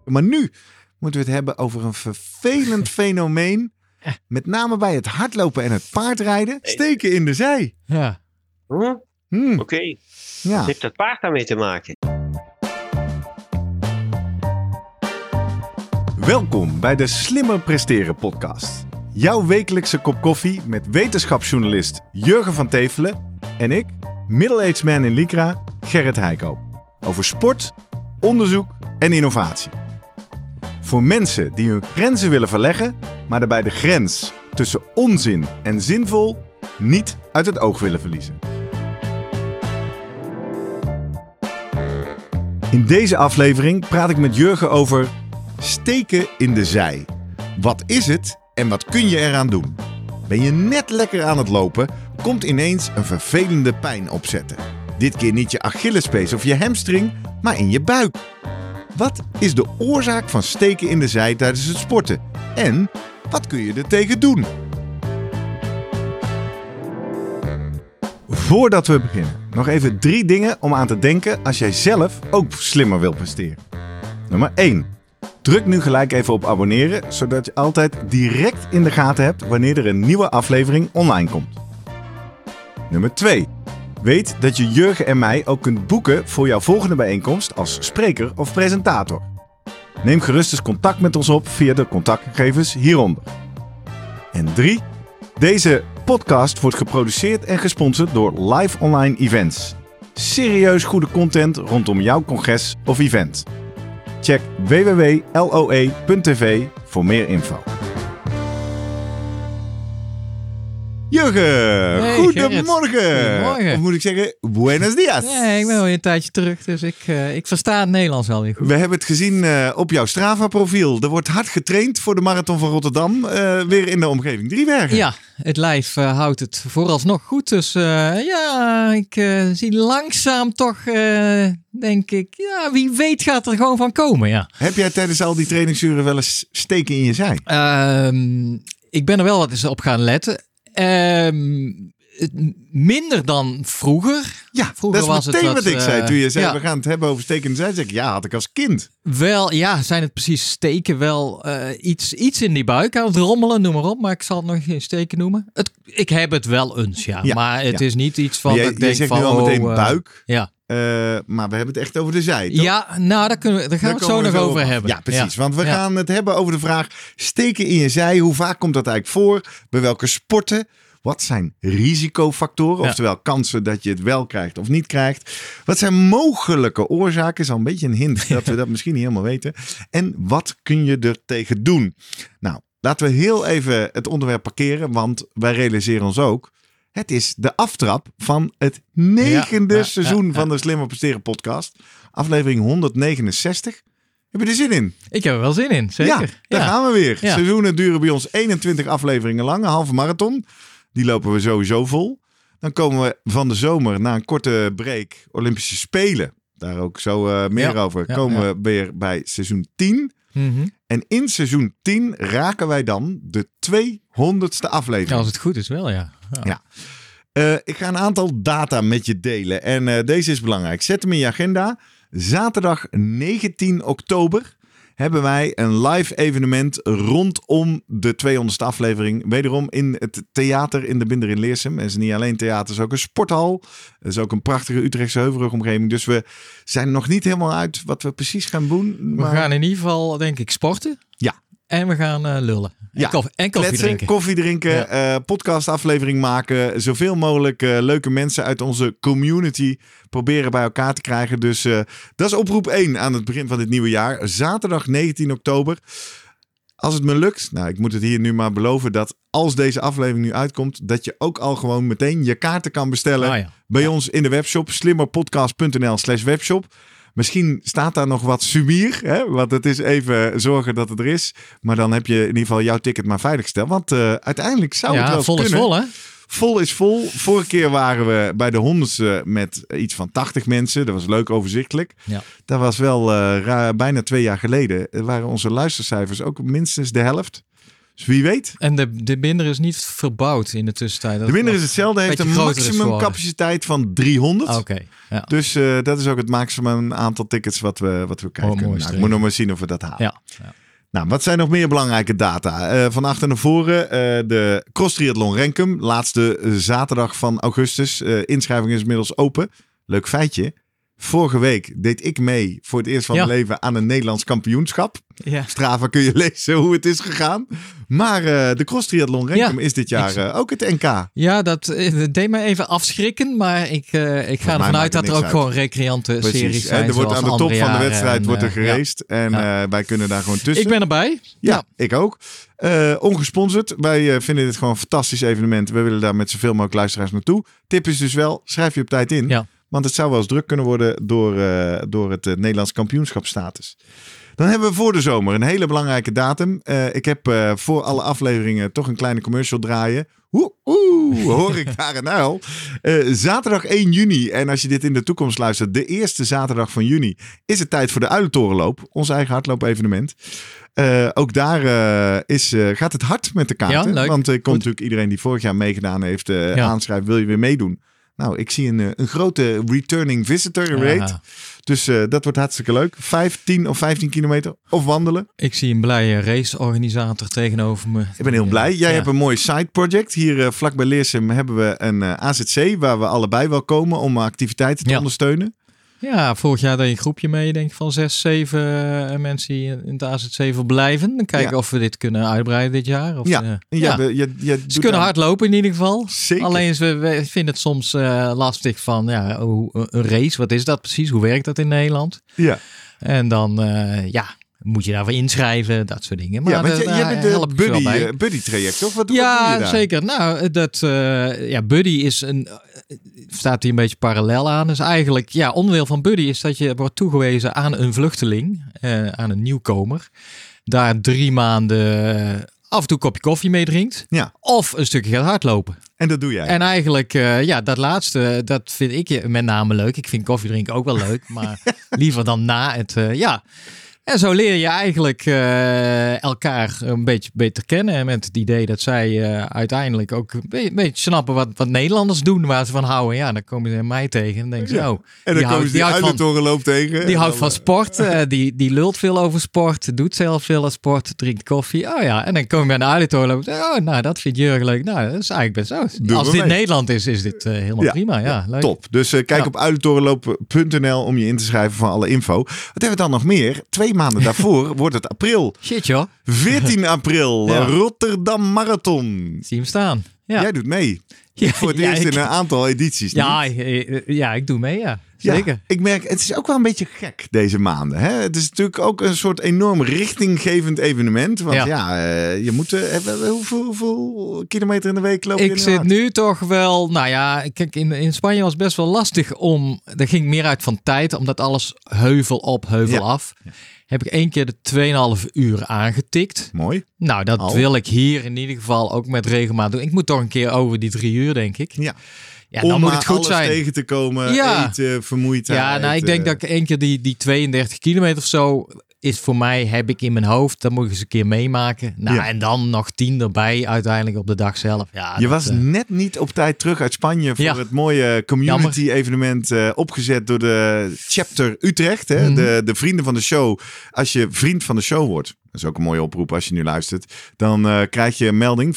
Maar nu moeten we het hebben over een vervelend fenomeen. Met name bij het hardlopen en het paardrijden. Steken in de zij. Ja. Oké. Ja. Wat heeft dat paard daarmee te maken? Welkom bij de Slimmer Presteren podcast. Jouw wekelijkse kop koffie met wetenschapsjournalist Jurgen van Tevelen en ik, middle-aged man in Lycra, Gerrit Heikoop. Over sport, onderzoek en innovatie. Voor mensen die hun grenzen willen verleggen, maar daarbij de grens tussen onzin en zinvol niet uit het oog willen verliezen. In deze aflevering praat ik met Jurgen over steken in de zij. Wat is het en wat kun je eraan doen? Ben je net lekker aan het lopen, komt ineens een vervelende pijn opzetten. Dit keer niet je Achillespees of je hamstring, maar in je buik. Wat is de oorzaak van steken in de zij tijdens het sporten? En wat kun je er tegen doen? Voordat we beginnen, nog even 3 dingen om aan te denken als jij zelf ook slimmer wilt presteren. Nummer 1. Druk nu gelijk even op abonneren, zodat je altijd direct in de gaten hebt wanneer er een nieuwe aflevering online komt. Nummer 2. Weet dat je Jurgen en mij ook kunt boeken voor jouw volgende bijeenkomst als spreker of presentator. Neem gerust eens contact met ons op via de contactgegevens hieronder. En 3. Deze podcast wordt geproduceerd en gesponsord door Live Online Events. Serieus goede content rondom jouw congres of event. Check www.loe.tv voor meer info. Jurgen, Hey, goedemorgen. Goedemorgen. Of moet ik zeggen, buenos dias. Ja, ik ben alweer een tijdje terug, dus ik versta het Nederlands wel weer goed. We hebben het gezien op jouw Strava-profiel. Er wordt hard getraind voor de Marathon van Rotterdam. Weer in de omgeving Driebergen. Ja, het lijf houdt het vooralsnog goed. Dus ik zie langzaam toch, denk ik, ja, wie weet gaat er gewoon van komen, ja. Heb jij tijdens al die trainingsuren wel eens steken in je zij? Ik ben er wel wat eens op gaan letten. Minder dan vroeger. Ja, Vroeger dat is was het meteen wat, wat ik zei. Toen je zei, ja. we gaan het hebben over steken in de zij. Zeg ik, ja, had ik als kind. Wel, ja, zijn het precies steken wel iets in die buik aan het rommelen, noem maar op. Maar ik zal het nog geen steken noemen. Ik heb het wel eens, ja. Ja, maar het ja. is niet iets van... Maar dat ik je denk zegt van, nu al meteen buik. Ja. Maar we hebben het echt over de zij, toch? Ja, nou, daar gaan we het zo nog over hebben. Ja, precies. Ja. Want we gaan het hebben over de vraag steken in je zij. Hoe vaak komt dat eigenlijk voor? Bij welke sporten? Wat zijn risicofactoren? Ja. Oftewel kansen dat je het wel krijgt of niet krijgt. Wat zijn mogelijke oorzaken? Is al een beetje een hint dat we dat misschien niet helemaal weten. En wat kun je er tegen doen? Nou, laten we heel even het onderwerp parkeren. Want wij realiseren ons ook. Het is de aftrap van het 9e seizoen van de Slimmer Presteren podcast. Aflevering 169. Heb je er zin in? Ik heb er wel zin in, zeker. Ja, daar gaan we weer. Ja. Seizoenen duren bij ons 21 afleveringen lang. Een halve marathon. Die lopen we sowieso vol. Dan komen we van de zomer na een korte break Olympische Spelen. Daar ook zo meer over. Komen we weer bij seizoen 10. Mm-hmm. En in seizoen 10 raken wij dan de 200ste aflevering. Ja, als het goed is wel, ja. Ja. Ik ga een aantal data met je delen. En deze is belangrijk. Zet hem in je agenda. Zaterdag 19 oktober hebben wij een live evenement rondom de 200ste aflevering. Wederom in het theater in de Binder in Leersum. Het is niet alleen theater, het is ook een sporthal. Het is ook een prachtige Utrechtse heuvelrugomgeving. Dus we zijn nog niet helemaal uit wat we precies gaan doen. We gaan in ieder geval, denk ik, sporten. Ja. En we gaan lullen. Ja, en koffie drinken. Koffie drinken, podcastaflevering maken. Zoveel mogelijk leuke mensen uit onze community proberen bij elkaar te krijgen. Dus dat is oproep 1 aan het begin van dit nieuwe jaar. Zaterdag 19 oktober. Als het me lukt, nou ik moet het hier nu maar beloven dat als deze aflevering nu uitkomt, dat je ook al gewoon meteen je kaarten kan bestellen bij ons in de webshop. slimmerpodcast.nl/webshop. Misschien staat daar nog wat sumier, hè? Want het is even zorgen dat het er is. Maar dan heb je in ieder geval jouw ticket maar veilig gesteld. Want uiteindelijk zou het wel eens kunnen. Vol is vol, hè? Vol is vol. Vorige keer waren we bij de 100ste met iets van 80 mensen. Dat was leuk overzichtelijk. Ja. Dat was wel bijna 2 jaar geleden. Waren onze luistercijfers ook minstens de helft. Dus wie weet. En de binder is niet verbouwd in de tussentijd. De binder is hetzelfde. Heeft een maximum capaciteit van 300. Oké. Ja. Dus dat is ook het maximum aantal tickets wat we krijgen kunnen. Nou, ik moet nog maar zien of we dat halen. Ja. Nou, wat zijn nog meer belangrijke data? Van achter naar voren. De Cross Triathlon Renkum. Laatste zaterdag van augustus. Inschrijving is inmiddels open. Leuk feitje. Vorige week deed ik mee voor het eerst van mijn leven aan een Nederlands kampioenschap. Ja. Strava kun je lezen hoe het is gegaan. Maar de Cross Triathlon Renkum is dit jaar ook het NK. Ja, dat deed me even afschrikken. Maar ik ga ervan uit dat er ook gewoon recreanten-series zijn. Er wordt aan de top van de wedstrijd wordt er geraced. En wij kunnen daar gewoon tussen. Ik ben erbij. Ja, ik ook. Ongesponsord. Wij vinden dit gewoon een fantastisch evenement. We willen daar met zoveel mogelijk luisteraars naartoe. Tip is dus wel, schrijf je op tijd in. Ja. Want het zou wel eens druk kunnen worden door het Nederlands kampioenschapsstatus. Dan hebben we voor de zomer een hele belangrijke datum. Ik heb voor alle afleveringen toch een kleine commercial draaien. Hoor ik daar een uil. Zaterdag 1 juni. En als je dit in de toekomst luistert, de eerste zaterdag van juni is het tijd voor de Uilentorenloop. Ons eigen hardloop-evenement. Ook daar gaat het hard met de kaarten. Ja, want er komt natuurlijk iedereen die vorig jaar meegedaan heeft aanschrijven. Wil je weer meedoen? Nou, ik zie een grote returning visitor rate. Ja. Dus dat wordt hartstikke leuk. 5, 10 of 15 kilometer of wandelen. Ik zie een blije raceorganisator tegenover me. Ik ben heel blij. Jij hebt een mooi side project. Hier vlak bij Leersum hebben we een AZC waar we allebei wel komen om activiteiten te ondersteunen. Ja, vorig jaar deed je een groepje mee, denk ik, van 6, 7 mensen die in het AZC verblijven. Dan kijken of we dit kunnen uitbreiden dit jaar. Of, ze kunnen hard lopen in ieder geval. Zeker. Alleen we vinden het soms lastig van een race. Wat is dat precies? Hoe werkt dat in Nederland? Ja. En dan, moet je daarvoor inschrijven, dat soort dingen. Maar want je bent de buddy traject, toch? Wat doe je daar? Zeker. Nou, buddy is staat hier een beetje parallel aan. Dus eigenlijk, onderdeel van buddy is dat je wordt toegewezen aan een vluchteling, aan een nieuwkomer. Daar 3 maanden af en toe een kopje koffie mee drinkt. Ja. Of een stukje gaat hardlopen. En dat doe jij. En eigenlijk, dat laatste, dat vind ik met name leuk. Ik vind koffie drinken ook wel leuk, maar liever dan na het, En zo leer je eigenlijk elkaar een beetje beter kennen. Met het idee dat zij uiteindelijk ook een beetje snappen wat Nederlanders doen. Waar ze van houden. Ja, dan komen ze mij tegen. En denken ze, en dan komen ze die Uilentorenloop tegen. Die houdt van sport. Die lult veel over sport. Doet zelf veel aan sport. Drinkt koffie. Oh ja, en dan kom je aan de Uilentorenloop. Oh, nou, dat vindt Jurgen leuk. Nou, dat is eigenlijk best zo. Als dit Nederland is dit helemaal prima. Ja, leuk. Top. Dus kijk op uilentorenloop.nl om je in te schrijven van alle info. Wat hebben we dan nog meer? 2 maanden daarvoor wordt het april. Shit, joh. 14 april, Rotterdam Marathon. Zie hem staan. Ja. Jij doet mee. Voor het eerst in een aantal edities. Ja, ik doe mee, ja. Zeker. Ja, ik merk, het is ook wel een beetje gek deze maanden. Hè? Het is natuurlijk ook een soort enorm richtinggevend evenement. Want je moet... hoeveel kilometer in de week lopen? Ik zit nu toch wel... Nou ja, kijk, in Spanje was het best wel lastig om... Er ging meer uit van tijd, omdat alles heuvel op, heuvel af. Ja. Heb ik 1 keer de 2,5 uur aangetikt. Mooi. Nou, dat wil ik hier in ieder geval ook met regelmaat doen. Ik moet toch een keer over die 3 uur, denk ik. Ja. Ja, dan moet het goed alles zijn. Tegen te komen, eten, vermoeidheid. Ja, nou, ik denk dat ik 1 keer die 32 kilometer of zo is voor mij, heb ik in mijn hoofd. Dat moet ik eens een keer meemaken. Nou, en dan nog 10 erbij uiteindelijk op de dag zelf. Ja, je was net niet op tijd terug uit Spanje voor het mooie community evenement opgezet door de Chapter Utrecht. Hè? De vrienden van de show. Als je vriend van de show wordt, dat is ook een mooie oproep als je nu luistert, dan krijg je een melding.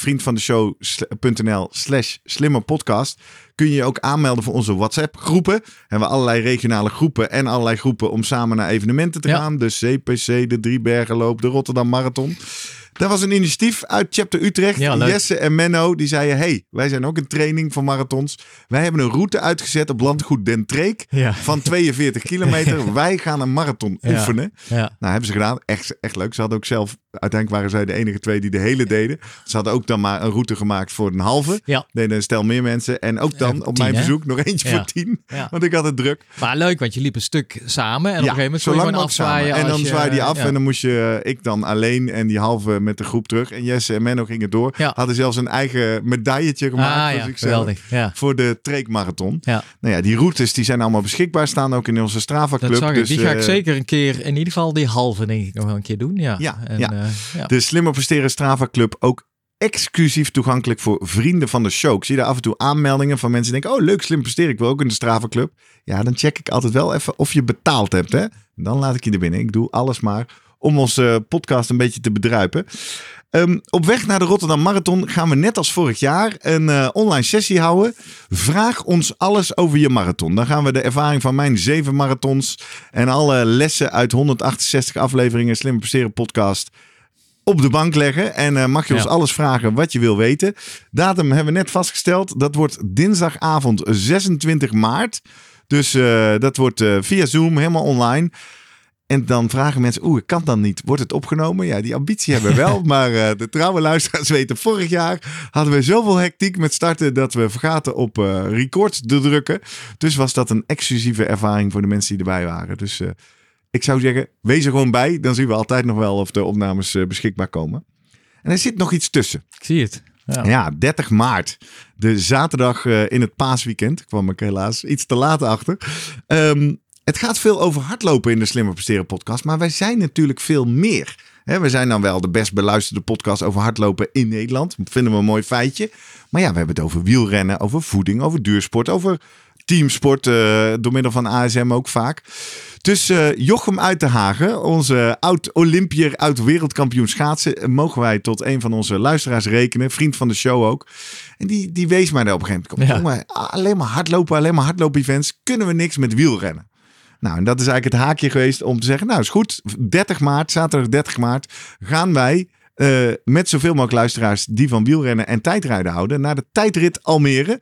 vriendvandeshow.nl/slimmerpodcast. Kun je je ook aanmelden voor onze WhatsApp groepen. We hebben allerlei regionale groepen en allerlei groepen om samen naar evenementen te gaan. De CPC, de Driebergenloop, de Rotterdam Marathon. Dat was een initiatief uit Chapter Utrecht. Ja, Jesse en Menno die zeiden, hey, wij zijn ook een training voor marathons. Wij hebben een route uitgezet op landgoed Den Treek van 42 kilometer. Wij gaan een marathon oefenen. Ja. Nou, hebben ze gedaan. Echt leuk. Ze hadden ook zelf, uiteindelijk waren zij de enige 2 die de hele deden. Ze hadden ook dan maar een route gemaakt voor een halve. Ja. Deden een stel meer mensen. En ook dan op mijn verzoek nog eentje voor 10. Ja. Want ik had het druk. Maar leuk, want je liep een stuk samen. En op een gegeven moment kon je gewoon afzwaaien. En dan zwaaide je af en dan moest ik dan alleen en die halve met met de groep terug. En Jesse en Menno gingen door. Ja. Hadden zelfs een eigen medailletje gemaakt voor zichzelf. Geweldig. Ja. Voor de Treekmarathon. Ja. Nou ja, die routes die zijn allemaal beschikbaar. Staan ook in onze Strava Club. Dat zag ik. Dus, Die ga ik zeker een keer, in ieder geval die halve denk ik nog wel een keer doen. Ja. Ja. De Slimmer Presteren Strava Club ook exclusief toegankelijk voor vrienden van de show. Ik zie daar af en toe aanmeldingen van mensen die denken, oh leuk, Slim Presteren, ik wil ook in de Strava Club. Ja, dan check ik altijd wel even of je betaald hebt. Hè? Dan laat ik je er binnen. Ik doe alles maar om onze podcast een beetje te bedruipen. Op weg naar de Rotterdam Marathon gaan we net als vorig jaar een online sessie houden. Vraag ons alles over je marathon. Dan gaan we de ervaring van mijn 7 marathons en alle lessen uit 168 afleveringen Slim Presteren podcast op de bank leggen. En mag je ons alles vragen wat je wil weten. Datum hebben we net vastgesteld. Dat wordt dinsdagavond 26 maart. Dus dat wordt via Zoom helemaal online. En dan vragen mensen, ik kan dan niet. Wordt het opgenomen? Ja, die ambitie hebben we wel. Maar de trouwe luisteraars weten, vorig jaar hadden we zoveel hectiek met starten dat we vergaten op record te drukken. Dus was dat een exclusieve ervaring voor de mensen die erbij waren. Dus ik zou zeggen, wees er gewoon bij. Dan zien we altijd nog wel of de opnames beschikbaar komen. En er zit nog iets tussen. Ik zie het. Ja, 30 maart. De zaterdag in het paasweekend. Kwam ik helaas iets te laat achter. Het gaat veel over hardlopen in de Slimmer Presteren podcast. Maar wij zijn natuurlijk veel meer. We zijn dan wel de best beluisterde podcast over hardlopen in Nederland. Dat vinden we een mooi feitje. Maar ja, we hebben het over wielrennen, over voeding, over duursport, over teamsport. Door middel van ASM ook vaak. Dus Jochem Uitenhagen, onze oud-Olympiër, oud-wereldkampioen schaatsen, mogen wij tot een van onze luisteraars rekenen. Vriend van de show ook. En die wees mij daar op een gegeven moment. Jongen, alleen maar hardlopen events. Kunnen we niks met wielrennen? Nou, en dat is eigenlijk het haakje geweest om te zeggen, nou is goed, 30 maart, zaterdag 30 maart, gaan wij met zoveel mogelijk luisteraars die van wielrennen en tijdrijden houden naar de tijdrit Almere.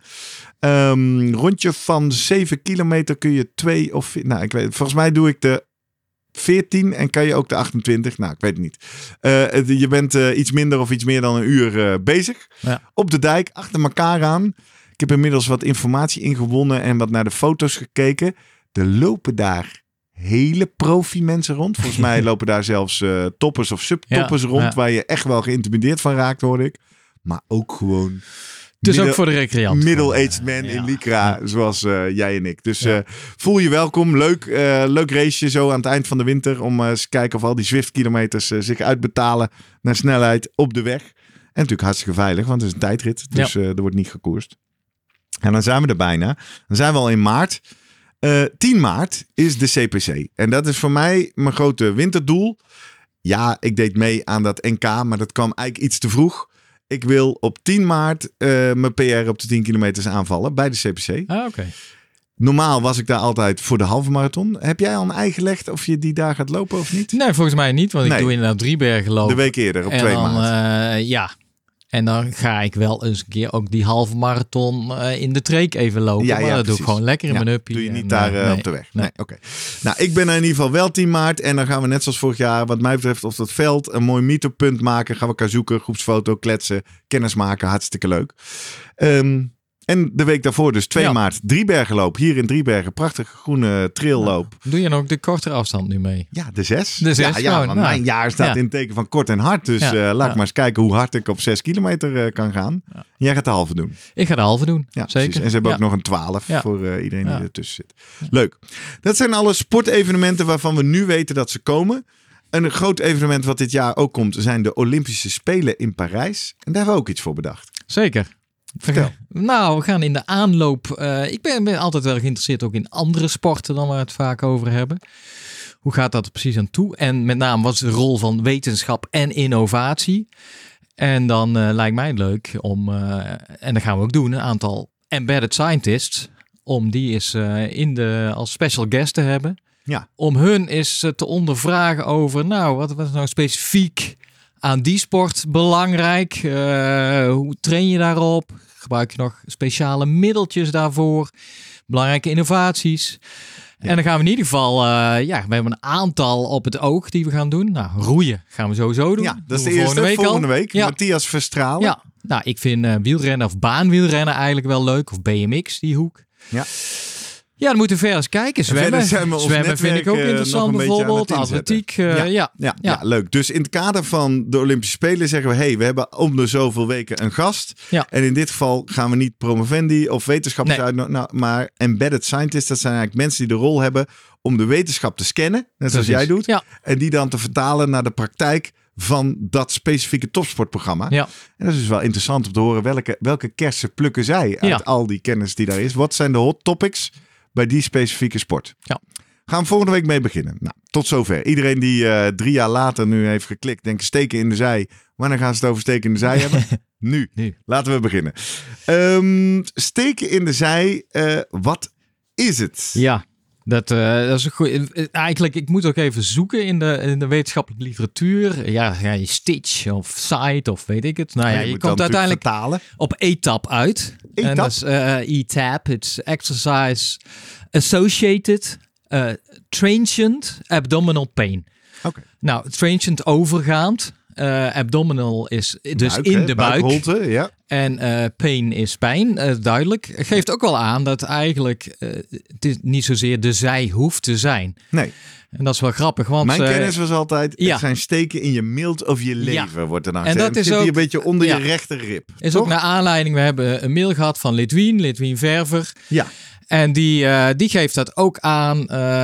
Rondje van 7 kilometer kun je 2 of... Nou, ik weet, volgens mij doe ik de 14 en kan je ook de 28. Nou, ik weet het niet. Je bent iets minder of iets meer dan een uur bezig. Ja. Op de dijk, achter elkaar aan. Ik heb inmiddels wat informatie ingewonnen en wat naar de foto's gekeken. Er lopen daar hele profi-mensen rond. Volgens mij lopen daar zelfs toppers of subtoppers rond. Waar je echt wel geïntimideerd van raakt, hoor ik. Maar ook gewoon... Dus ook voor de recreant. Middle-aged man in Lycra, zoals jij en ik. Dus voel je welkom. Leuk raceje zo aan het eind van de winter. Om eens te kijken of al die Zwift-kilometers zich uitbetalen naar snelheid op de weg. En natuurlijk hartstikke veilig, want het is een tijdrit. Dus er wordt niet gekoerst. En dan zijn we er bijna. Dan zijn we al in maart. 10 maart is de CPC. En dat is voor mij mijn grote winterdoel. Ja, ik deed mee aan dat NK, maar dat kwam eigenlijk iets te vroeg. Ik wil op 10 maart mijn PR op de 10 kilometers aanvallen bij de CPC. Oké. Normaal was ik daar altijd voor de halve marathon. Heb jij al een ei gelegd of je die daar gaat lopen of niet? Nee, volgens mij niet, want ik doe inderdaad Driebergen lopen. De week eerder, op 2 maart. Ja. En dan ga ik wel eens een keer ook die halve marathon in de Treek even lopen. Ja, maar dat precies. doe ik gewoon lekker in mijn uppie. Doe je niet daar op de weg? Nee. Oké. Nou, ik ben er in ieder geval wel 10 maart. En dan gaan we net zoals vorig jaar, wat mij betreft, op dat veld een mooi meet-up punt maken. Gaan we elkaar zoeken, groepsfoto, kletsen, kennis maken. Hartstikke leuk. En de week daarvoor, dus 2 maart, Driebergenloop. Hier in Driebergen, prachtige groene trailloop. Doe je dan ook de kortere afstand nu mee? Ja, de 6. De 6 ja, want mijn jaar staat in het teken van kort en hard. Dus laat ik maar eens kijken hoe hard ik op 6 kilometer kan gaan. Ja. Jij gaat de halve doen. Ik ga de halve doen, ja, zeker. Precies. En ze hebben ook nog een 12 voor iedereen die ertussen zit. Leuk. Dat zijn alle sportevenementen waarvan we nu weten dat ze komen. Een groot evenement wat dit jaar ook komt zijn de Olympische Spelen in Parijs. En daar hebben we ook iets voor bedacht. Zeker. Vertel. Nou, we gaan in de aanloop... ik ben altijd wel geïnteresseerd ook in andere sporten dan waar we het vaak over hebben. Hoe gaat dat er precies aan toe? En met name wat is de rol van wetenschap en innovatie? En dan lijkt mij het leuk om, en dat gaan we ook doen, een aantal embedded scientists, om die eens als special guest te hebben. Ja. Om hun eens te ondervragen over, nou, wat is nou specifiek aan die sport belangrijk? Hoe train je daarop? Gebruik je nog speciale middeltjes daarvoor? Belangrijke innovaties? Ja. En dan gaan we in ieder geval, we hebben een aantal op het oog die we gaan doen. Nou, roeien gaan we sowieso doen. Ja, dat is de eerste volgende week. Ja. Matthias Verstralen. Ja, nou, ik vind wielrennen of baanwielrennen eigenlijk wel leuk. Of BMX, die hoek. Ja. Ja, dan moeten we verder eens kijken. Zwemmen vind ik ook interessant bijvoorbeeld. Atletiek, ja, leuk. Dus in het kader van de Olympische Spelen zeggen we... we hebben om de zoveel weken een gast. Ja. En in dit geval gaan we niet promovendi of wetenschappers uitnodigen... maar embedded scientists, dat zijn eigenlijk mensen die de rol hebben... om de wetenschap te scannen, net zoals jij doet. Ja. En die dan te vertalen naar de praktijk... van dat specifieke topsportprogramma. Ja. En dat is dus wel interessant om te horen... welke kersen plukken zij uit al die kennis die daar is. Wat zijn de hot topics... bij die specifieke sport. Ja. Gaan we volgende week mee beginnen. Nou, tot zover. Iedereen die 3 jaar later nu heeft geklikt, denkt steken in de zij. Wanneer gaan ze het over steken in de zij hebben? Nu. Laten we beginnen. Steken in de zij, wat is het? Ja, dat is een goed. Eigenlijk, ik moet ook even zoeken in de wetenschappelijke literatuur. Ja, Stitch of Site of weet ik het. Nou ja, je komt uiteindelijk vertalen. Op ETAP uit. En dat is ETAP. It's Exercise Associated Transient Abdominal Pain. Okay. Nou, transient overgaand. Abdominal is dus buik, in de buik. Buikholte, ja. En pain is pijn, duidelijk. Geeft ook wel aan dat eigenlijk het is niet zozeer de zij hoeft te zijn. Nee. En dat is wel grappig. Want, mijn kennis was altijd, het zijn steken in je milt of je lever, wordt er dan gezegd. En dat is ook, hier een beetje onder je rechterrib. Is toch? Ook naar aanleiding, we hebben een mail gehad van Lidwien Verver. Ja. En die geeft dat ook aan.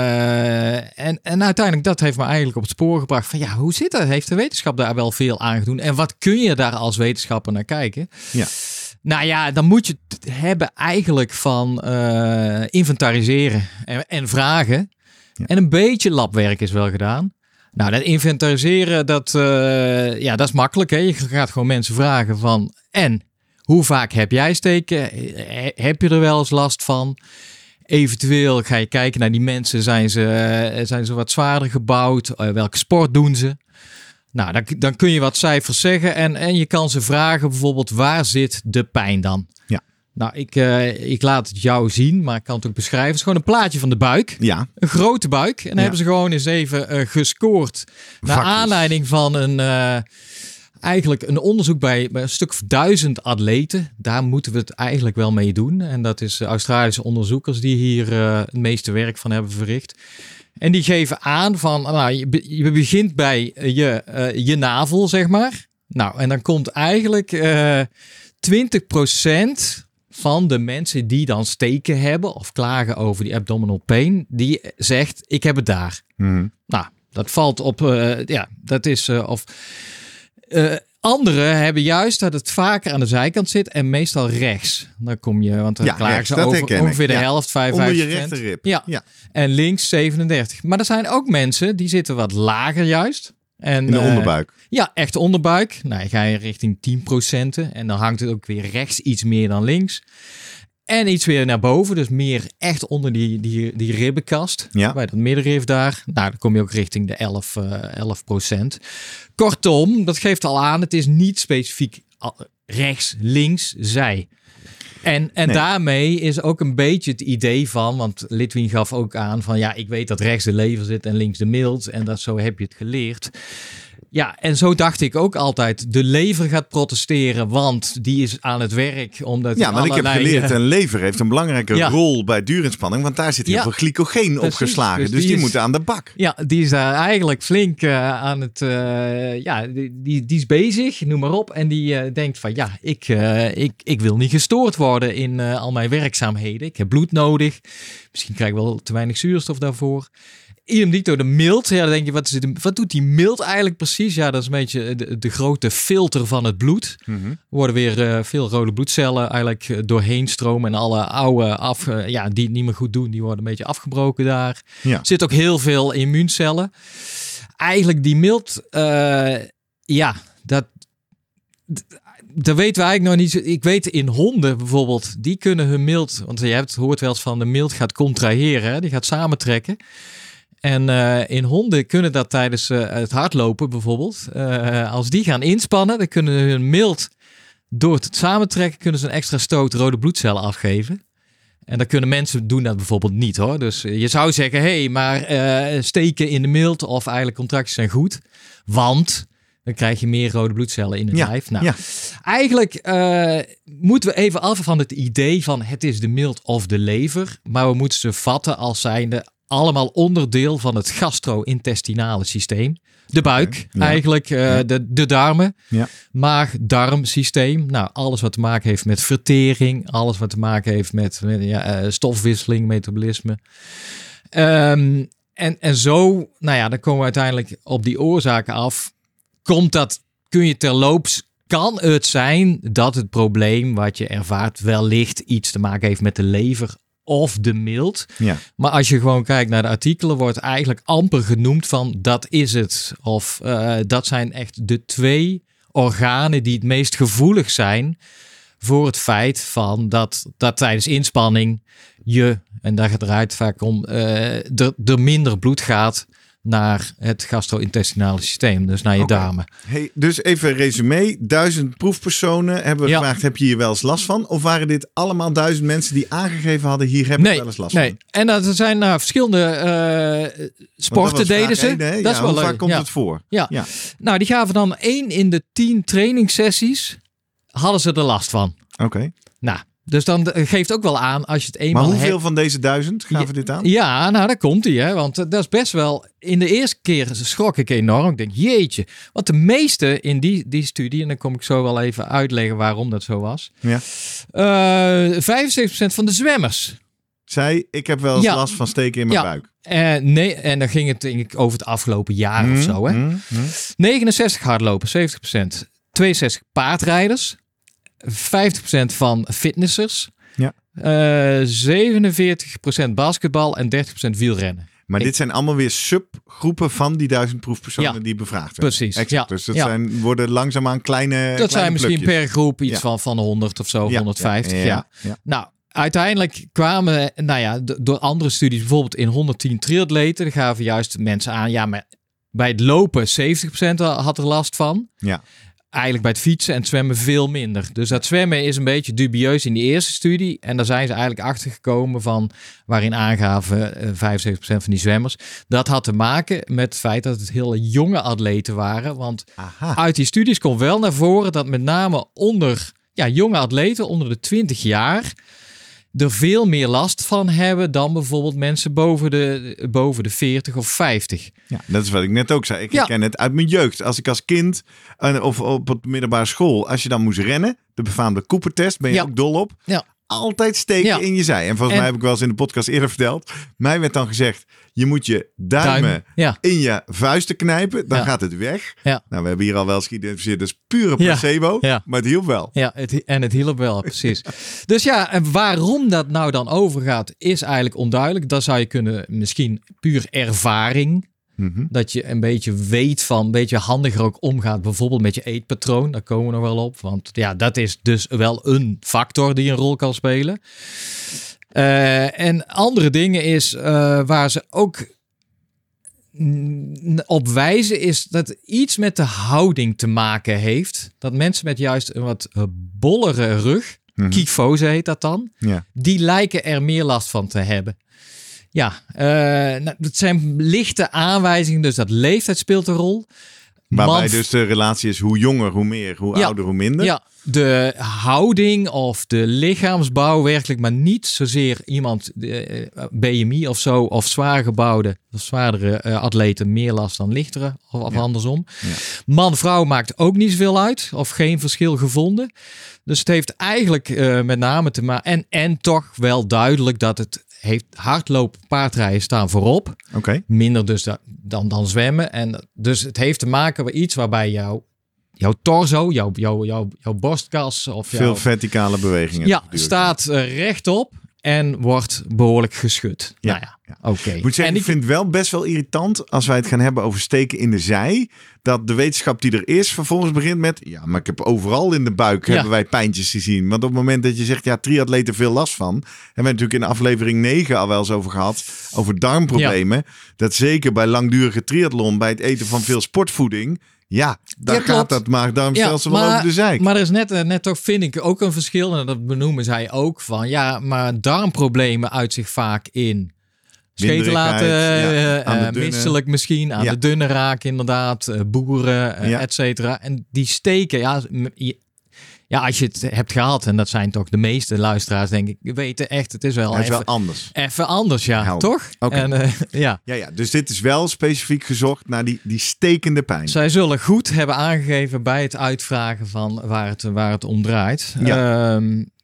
En uiteindelijk, dat heeft me eigenlijk op het spoor gebracht van hoe zit dat? Heeft de wetenschap daar wel veel aan gedaan? En wat kun je daar als wetenschapper naar kijken? Ja. Nou ja, dan moet je het hebben eigenlijk van inventariseren en vragen. Ja. En een beetje labwerk is wel gedaan. Nou, dat inventariseren, dat is makkelijk. Hè? Je gaat gewoon mensen vragen van... En hoe vaak heb jij steken? Heb je er wel eens last van? Eventueel ga je kijken naar die mensen. Zijn ze wat zwaarder gebouwd? Welke sport doen ze? Nou, dan kun je wat cijfers zeggen. En je kan ze vragen bijvoorbeeld, waar zit de pijn dan? Ja. Nou, ik laat het jou zien, maar ik kan het ook beschrijven. Het is gewoon een plaatje van de buik. Ja. Een grote buik. En dan hebben ze gewoon eens even gescoord. Naar aanleiding van eigenlijk een onderzoek bij een stuk of 1000 atleten. Daar moeten we het eigenlijk wel mee doen. En dat is Australische onderzoekers die hier het meeste werk van hebben verricht. En die geven aan van, je begint bij je navel, zeg maar. Nou, en dan komt eigenlijk 20% van de mensen die dan steken hebben of klagen over die abdominal pain, die zegt, ik heb het daar. Mm-hmm. Nou, dat valt op, dat is anderen hebben juist dat het vaker aan de zijkant zit en meestal rechts. Dan kom je, want dan klagen ze over ongeveer de helft, 55%. Onder je rechterrib. Ja. En links 37. Maar er zijn ook mensen die zitten wat lager juist. En, in de onderbuik. Ja, echt onderbuik. Nou, je gaat richting 10%. En dan hangt het ook weer rechts iets meer dan links. En iets weer naar boven. Dus meer echt onder die ribbenkast. Ja. Bij dat middenrif daar. Nou, dan kom je ook richting de 11%. Kortom, dat geeft al aan. Het is niet specifiek rechts, links, zij. En daarmee is ook een beetje het idee van... Want Lidwien gaf ook aan van... ik weet dat rechts de lever zit en links de milt. En dat zo heb je het geleerd. Ja, en zo dacht ik ook altijd. De lever gaat protesteren, want die is aan het werk. Omdat maar ik heb geleerd, een lever heeft een belangrijke rol bij duurinspanning. Want daar zit heel veel glycogeen opgeslagen. Dus die moeten aan de bak. Ja, die is daar eigenlijk flink aan het... die is bezig, noem maar op. En die denkt van, ik wil niet gestoord worden in al mijn werkzaamheden. Ik heb bloed nodig. Misschien krijg ik wel te weinig zuurstof daarvoor. Idem dito, de milt. Ja, dan denk je, wat doet die milt eigenlijk precies? Ja, dat is een beetje de grote filter van het bloed. Mm-hmm. Er worden weer veel rode bloedcellen eigenlijk doorheen stromen. En alle oude die het niet meer goed doen, die worden een beetje afgebroken daar. Ja. Er zit ook heel veel immuuncellen. Eigenlijk die milt, dat weten we eigenlijk nog niet. Ik weet in honden bijvoorbeeld, die kunnen hun milt... Want je hoort wel eens van de milt gaat contraheren. Hè? Die gaat samentrekken. En in honden kunnen dat tijdens het hardlopen bijvoorbeeld. Als die gaan inspannen, dan kunnen hun milt door het samentrekken... kunnen ze een extra stoot rode bloedcellen afgeven. En dan kunnen mensen doen dat bijvoorbeeld niet hoor. Dus je zou zeggen, maar steken in de milt of eigenlijk contracties zijn goed. Want Dan krijg je meer rode bloedcellen in het lijf. Nou, ja. Eigenlijk moeten we even af van het idee van het is de milt of de lever. Maar we moeten ze vatten als zijnde allemaal onderdeel van het gastro-intestinale systeem. De buik, eigenlijk, de darmen, maag-darmsysteem. Nou, alles wat te maken heeft met vertering, alles wat te maken heeft met stofwisseling, metabolisme. En zo, dan komen we uiteindelijk op die oorzaken af. Kun je terloops, kan het zijn dat het probleem wat je ervaart wellicht iets te maken heeft met de lever of de milt. Ja. Maar als je gewoon kijkt naar de artikelen, wordt eigenlijk amper genoemd van dat is het. Of dat zijn echt de 2 organen die het meest gevoelig zijn voor het feit van dat tijdens inspanning en daar draait het vaak om, er minder bloed gaat naar het gastro-intestinale systeem, dus naar je darmen. Hey, dus even een resume. 1000 proefpersonen hebben gevraagd, heb je hier wel eens last van? Of waren dit allemaal 1000 mensen die aangegeven hadden, hier heb ik wel eens last van? En dat zijn verschillende sporten deden ze. Dat is wel hoe vaak komt het voor? Ja. Nou, die gaven dan 1 in de 10 trainingssessies, hadden ze er last van. Oké. Nou, dus dan geeft ook wel aan als je het eenmaal Maar hoeveel van deze 1000 gaven dit aan? Ja, nou daar komt hij. Want dat is best wel... In de eerste keer schrok ik enorm. Ik denk, jeetje. Want de meeste in die studie... En dan kom ik zo wel even uitleggen waarom dat zo was. Ja. 75% van de zwemmers zei, ik heb wel eens last van steken in mijn buik. Nee, en dan ging het denk ik over het afgelopen jaar of zo. Hè? 69 hardlopen, 70%. 62 paardrijders. 50% van fitnessers. Ja. 47% basketbal en 30% wielrennen. Maar dit zijn allemaal weer subgroepen van die 1000 proefpersonen die bevraagd werden. Precies. Exact. Ja. Dus dat worden langzaamaan kleine Dat zijn plukjes. misschien per groep iets van 100 of zo, 150. Ja. Nou, uiteindelijk kwamen, door andere studies, bijvoorbeeld in 110 triatleten, gaven juist mensen aan, maar bij het lopen 70% had er last van. Ja. Eigenlijk bij het fietsen en het zwemmen veel minder. Dus dat zwemmen is een beetje dubieus in die eerste studie. En daar zijn ze eigenlijk achter gekomen van, waarin aangaven 75% van die zwemmers. Dat had te maken met het feit dat het hele jonge atleten waren. Want uit die studies komt wel naar voren dat met name onder jonge atleten onder de 20 jaar er veel meer last van hebben dan bijvoorbeeld mensen boven de 40 of 50. Ja, dat is wat ik net ook zei. Ik herken het uit mijn jeugd. Als ik als kind of op het middelbare school, als je dan moest rennen, de befaamde Cooper-test, ben je ook dol op. Ja. Altijd steken in je zij. En volgens mij heb ik wel eens in de podcast eerder verteld. Mij werd dan gezegd, je moet je duimen in je vuisten knijpen. Dan gaat het weg. Ja. Nou, we hebben hier al wel eens geïdentificeerd. Dus pure placebo. Ja. Maar het hielp wel. Ja, het hielp wel, precies. Dus en waarom dat nou dan overgaat, is eigenlijk onduidelijk. Dat zou je kunnen, misschien puur ervaring. Mm-hmm. Dat je een beetje weet van, een beetje handiger ook omgaat. Bijvoorbeeld met je eetpatroon. Daar komen we nog wel op. Want dat is dus wel een factor die een rol kan spelen. En andere dingen is waar ze ook op wijzen, is dat het iets met de houding te maken heeft. Dat mensen met juist een wat bollere rug, kyfose heet dat dan, die lijken er meer last van te hebben. Ja, dat zijn lichte aanwijzingen, dus dat leeftijd speelt een rol. Waarbij dus de relatie is hoe jonger, hoe meer, hoe ouder, hoe minder. Ja, de houding of de lichaamsbouw werkelijk, maar niet zozeer iemand, BMI of zo, of zwaar gebouwde, of zwaardere atleten meer last dan lichtere, of andersom. Ja. Man-vrouw maakt ook niet zoveel uit, of geen verschil gevonden. Dus het heeft eigenlijk met name te maken, en toch wel duidelijk dat het heeft hardlopen, paardrijden staan voorop. Okay. Minder dus dan zwemmen. En dus het heeft te maken met iets waarbij jouw torso, jouw borstkas of veel verticale bewegingen. Staat rechtop en wordt behoorlijk geschud. Oké. Ik moet zeggen, ik vind het wel best wel irritant als wij het gaan hebben over steken in de zij. Dat de wetenschap die er is vervolgens begint met, maar ik heb overal in de buik hebben wij pijntjes gezien. Want op het moment dat je zegt, triatleten veel last van. Hebben we natuurlijk in aflevering 9 al wel eens over gehad. Over darmproblemen. Ja. Dat zeker bij langdurige triathlon, bij het eten van veel sportvoeding. Ja, daar gaat dat maag-darmstelsel wel over de zeik. Maar er is net toch, vind ik, ook een verschil. En dat benoemen zij ook van, maar darmproblemen uit zich vaak in scheten laten, misselijk misschien, aan de dunne raak inderdaad, boeren, et cetera. En die steken, als je het hebt gehad, en dat zijn toch de meeste luisteraars, denk ik, weten echt, het is wel anders. Even anders, toch? Okay. Ja, dus dit is wel specifiek gezocht naar die stekende pijn. Zij zullen goed hebben aangegeven bij het uitvragen van waar het om draait. Ja.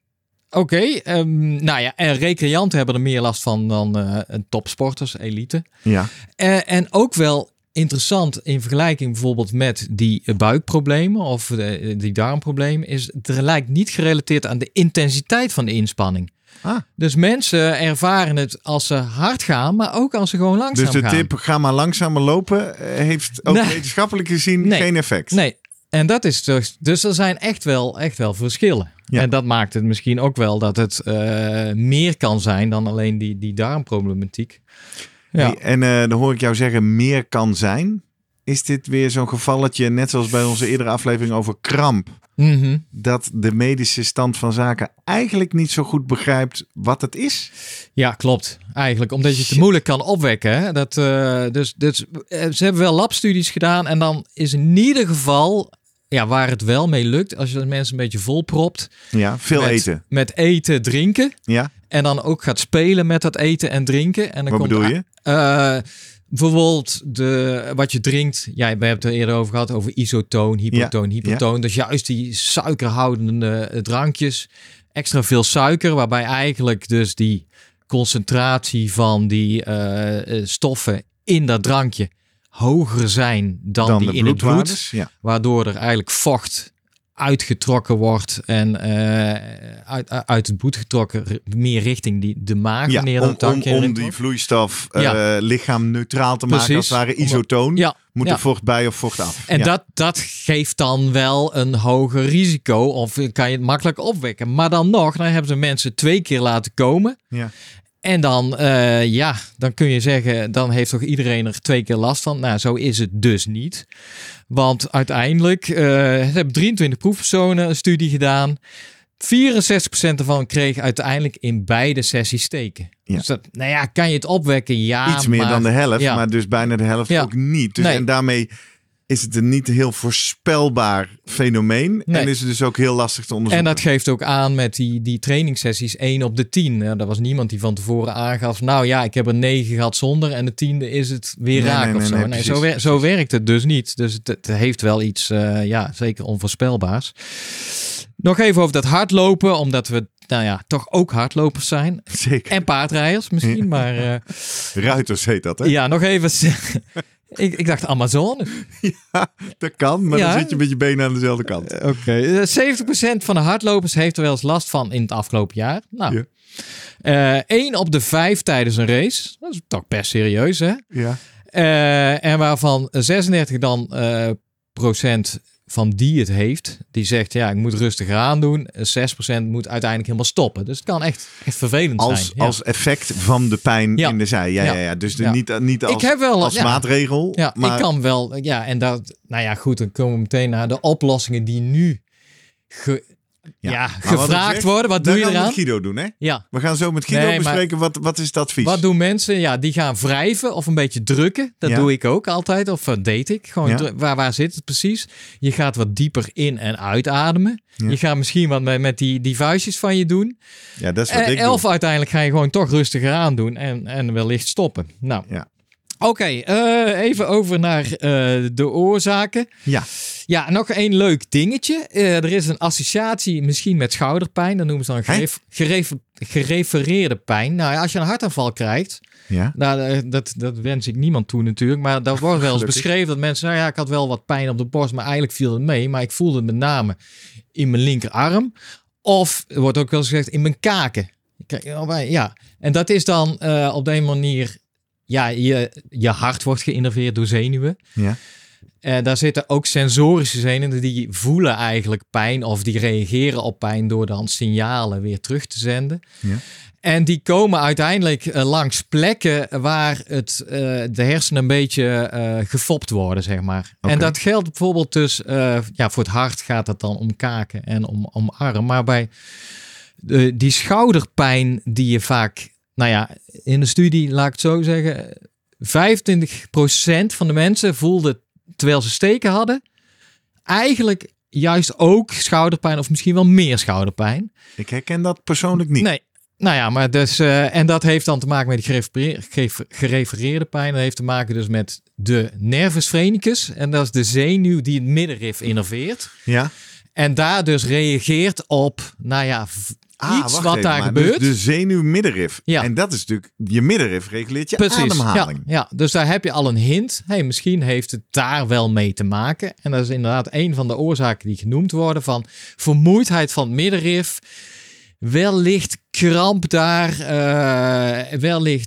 En recreanten hebben er meer last van dan topsporters, elite. Ja. En ook wel interessant in vergelijking bijvoorbeeld met die buikproblemen of die darmproblemen, is het lijkt niet gerelateerd aan de intensiteit van de inspanning. Dus mensen ervaren het als ze hard gaan, maar ook als ze gewoon langzaam gaan. Dus de tip, ga maar langzamer lopen, heeft ook wetenschappelijk gezien geen effect. Nee, en dat is dus er zijn echt wel verschillen. Ja. En dat maakt het misschien ook wel dat het meer kan zijn dan alleen die darmproblematiek. Ja. Hey, en dan hoor ik jou zeggen, meer kan zijn. Is dit weer zo'n gevalletje, net zoals bij onze eerdere aflevering over kramp, dat de medische stand van zaken eigenlijk niet zo goed begrijpt wat het is? Ja, klopt. Eigenlijk, omdat je het te moeilijk kan opwekken. Hè? Dus ze hebben wel labstudies gedaan en dan is in ieder geval, waar het wel mee lukt, als je de mensen een beetje volpropt. Ja, veel eten. Met eten, drinken. Ja. En dan ook gaat spelen met dat eten en drinken. En dan wat bedoel je? Bijvoorbeeld wat je drinkt. Ja, we hebben het er eerder over gehad. Over isotoon, hypotoon. Ja. Dus juist die suikerhoudende drankjes. Extra veel suiker. Waarbij eigenlijk dus die concentratie van die stoffen in dat drankje hoger zijn dan die in het bloed. Ja. Waardoor er eigenlijk vocht uitgetrokken wordt en uit het bloed getrokken meer richting de maag. Om die vloeistof lichaam neutraal te maken. Als het ware isotoon. Moet er vocht bij of vocht af. En dat geeft dan wel een hoger risico. Of kan je het makkelijk opwekken. Maar dan hebben ze mensen 2 keer laten komen. Ja. En dan, dan kun je zeggen, dan heeft toch iedereen er 2 keer last van. Nou, zo is het dus niet. Want uiteindelijk, ze hebben 23 proefpersonen een studie gedaan. 64% ervan kreeg uiteindelijk in beide sessies steken. Ja. Dus dat, kan je het opwekken? Ja. Iets meer dan de helft, maar dus bijna de helft ook niet. Dus, en daarmee is het een niet heel voorspelbaar fenomeen. Nee. En is het dus ook heel lastig te onderzoeken. En dat geeft ook aan met die trainingssessies 1 op de 10. Ja, er was niemand die van tevoren aangaf, ik heb er 9 gehad zonder en de 10e is het weer raak of zo. Nee, zo werkt het dus niet. Dus het heeft wel iets, zeker onvoorspelbaars. Nog even over dat hardlopen, omdat we toch ook hardlopers zijn. Zeker. En paardrijders misschien, maar... Ruiters heet dat, hè? Ja, nog even... Ik dacht Amazone. Ja, dat kan, maar dan zit je met je benen aan dezelfde kant. Oké. 70% van de hardlopers heeft er wel eens last van in het afgelopen jaar. Nou, 1 op de 5 tijdens een race. Dat is toch best serieus, hè? Ja. En waarvan 36% van die het heeft, die zegt, ik moet rustiger aandoen. 6% moet uiteindelijk helemaal stoppen. Dus het kan echt vervelend zijn. Ja. Als effect van de pijn in de zij. Ja. Dus niet als maatregel. Ja, maar... ik kan wel. Ja, en dat, goed, dan komen we meteen naar de oplossingen die nu gevraagd worden. Wat doe je eraan? Dat gaan we met Guido doen, hè? Ja. We gaan zo met Guido bespreken, wat is het advies? Wat doen mensen? Ja, die gaan wrijven of een beetje drukken. Dat doe ik ook altijd. Of deed ik. Gewoon waar zit het precies? Je gaat wat dieper in- en uitademen. Ja. Je gaat misschien wat met die vuistjes van je doen. Ja, dat is wat ik doe. Of uiteindelijk ga je gewoon toch rustiger aandoen en wellicht stoppen. Nou, Oké, even over naar de oorzaken. Ja, nog één leuk dingetje. Er is een associatie misschien met schouderpijn. Dat noemen ze dan gerefereerde pijn. Nou, als je een hartaanval krijgt, dat wens ik niemand toe natuurlijk. Maar daar wordt wel eens beschreven dat mensen, ik had wel wat pijn op de borst, maar eigenlijk viel het mee. Maar ik voelde het met name in mijn linkerarm. Of, er wordt ook wel eens gezegd, in mijn kaken. Ja, en dat is dan op de een manier... Ja, je hart wordt geïnnerveerd door zenuwen. Ja. Daar zitten ook sensorische zenuwen die voelen eigenlijk pijn of die reageren op pijn door dan signalen weer terug te zenden. Ja. En die komen uiteindelijk langs plekken waar de hersenen een beetje gefopt worden, zeg maar. Okay. En dat geldt bijvoorbeeld dus, voor het hart gaat het dan om kaken en om arm. Maar bij die schouderpijn die je vaak... in de studie, laat ik het zo zeggen, 25% van de mensen voelde, terwijl ze steken hadden, eigenlijk juist ook schouderpijn of misschien wel meer schouderpijn. Ik herken dat persoonlijk niet. Nee. Nou ja, maar dus, en dat heeft dan te maken met die gerefereerde pijn. Dat heeft te maken dus met de nervus phrenicus. En dat is de zenuw die het middenrif innerveert. Ja. En daar dus reageert op, iets wat daar gebeurt. Dus de zenuw middenrif. Ja. En dat is natuurlijk, je middenrif reguleert je ademhaling. Ja, dus daar heb je al een hint. Misschien heeft het daar wel mee te maken. En dat is inderdaad een van de oorzaken die genoemd worden van vermoeidheid van het middenrif. Wellicht kramp daar, wellicht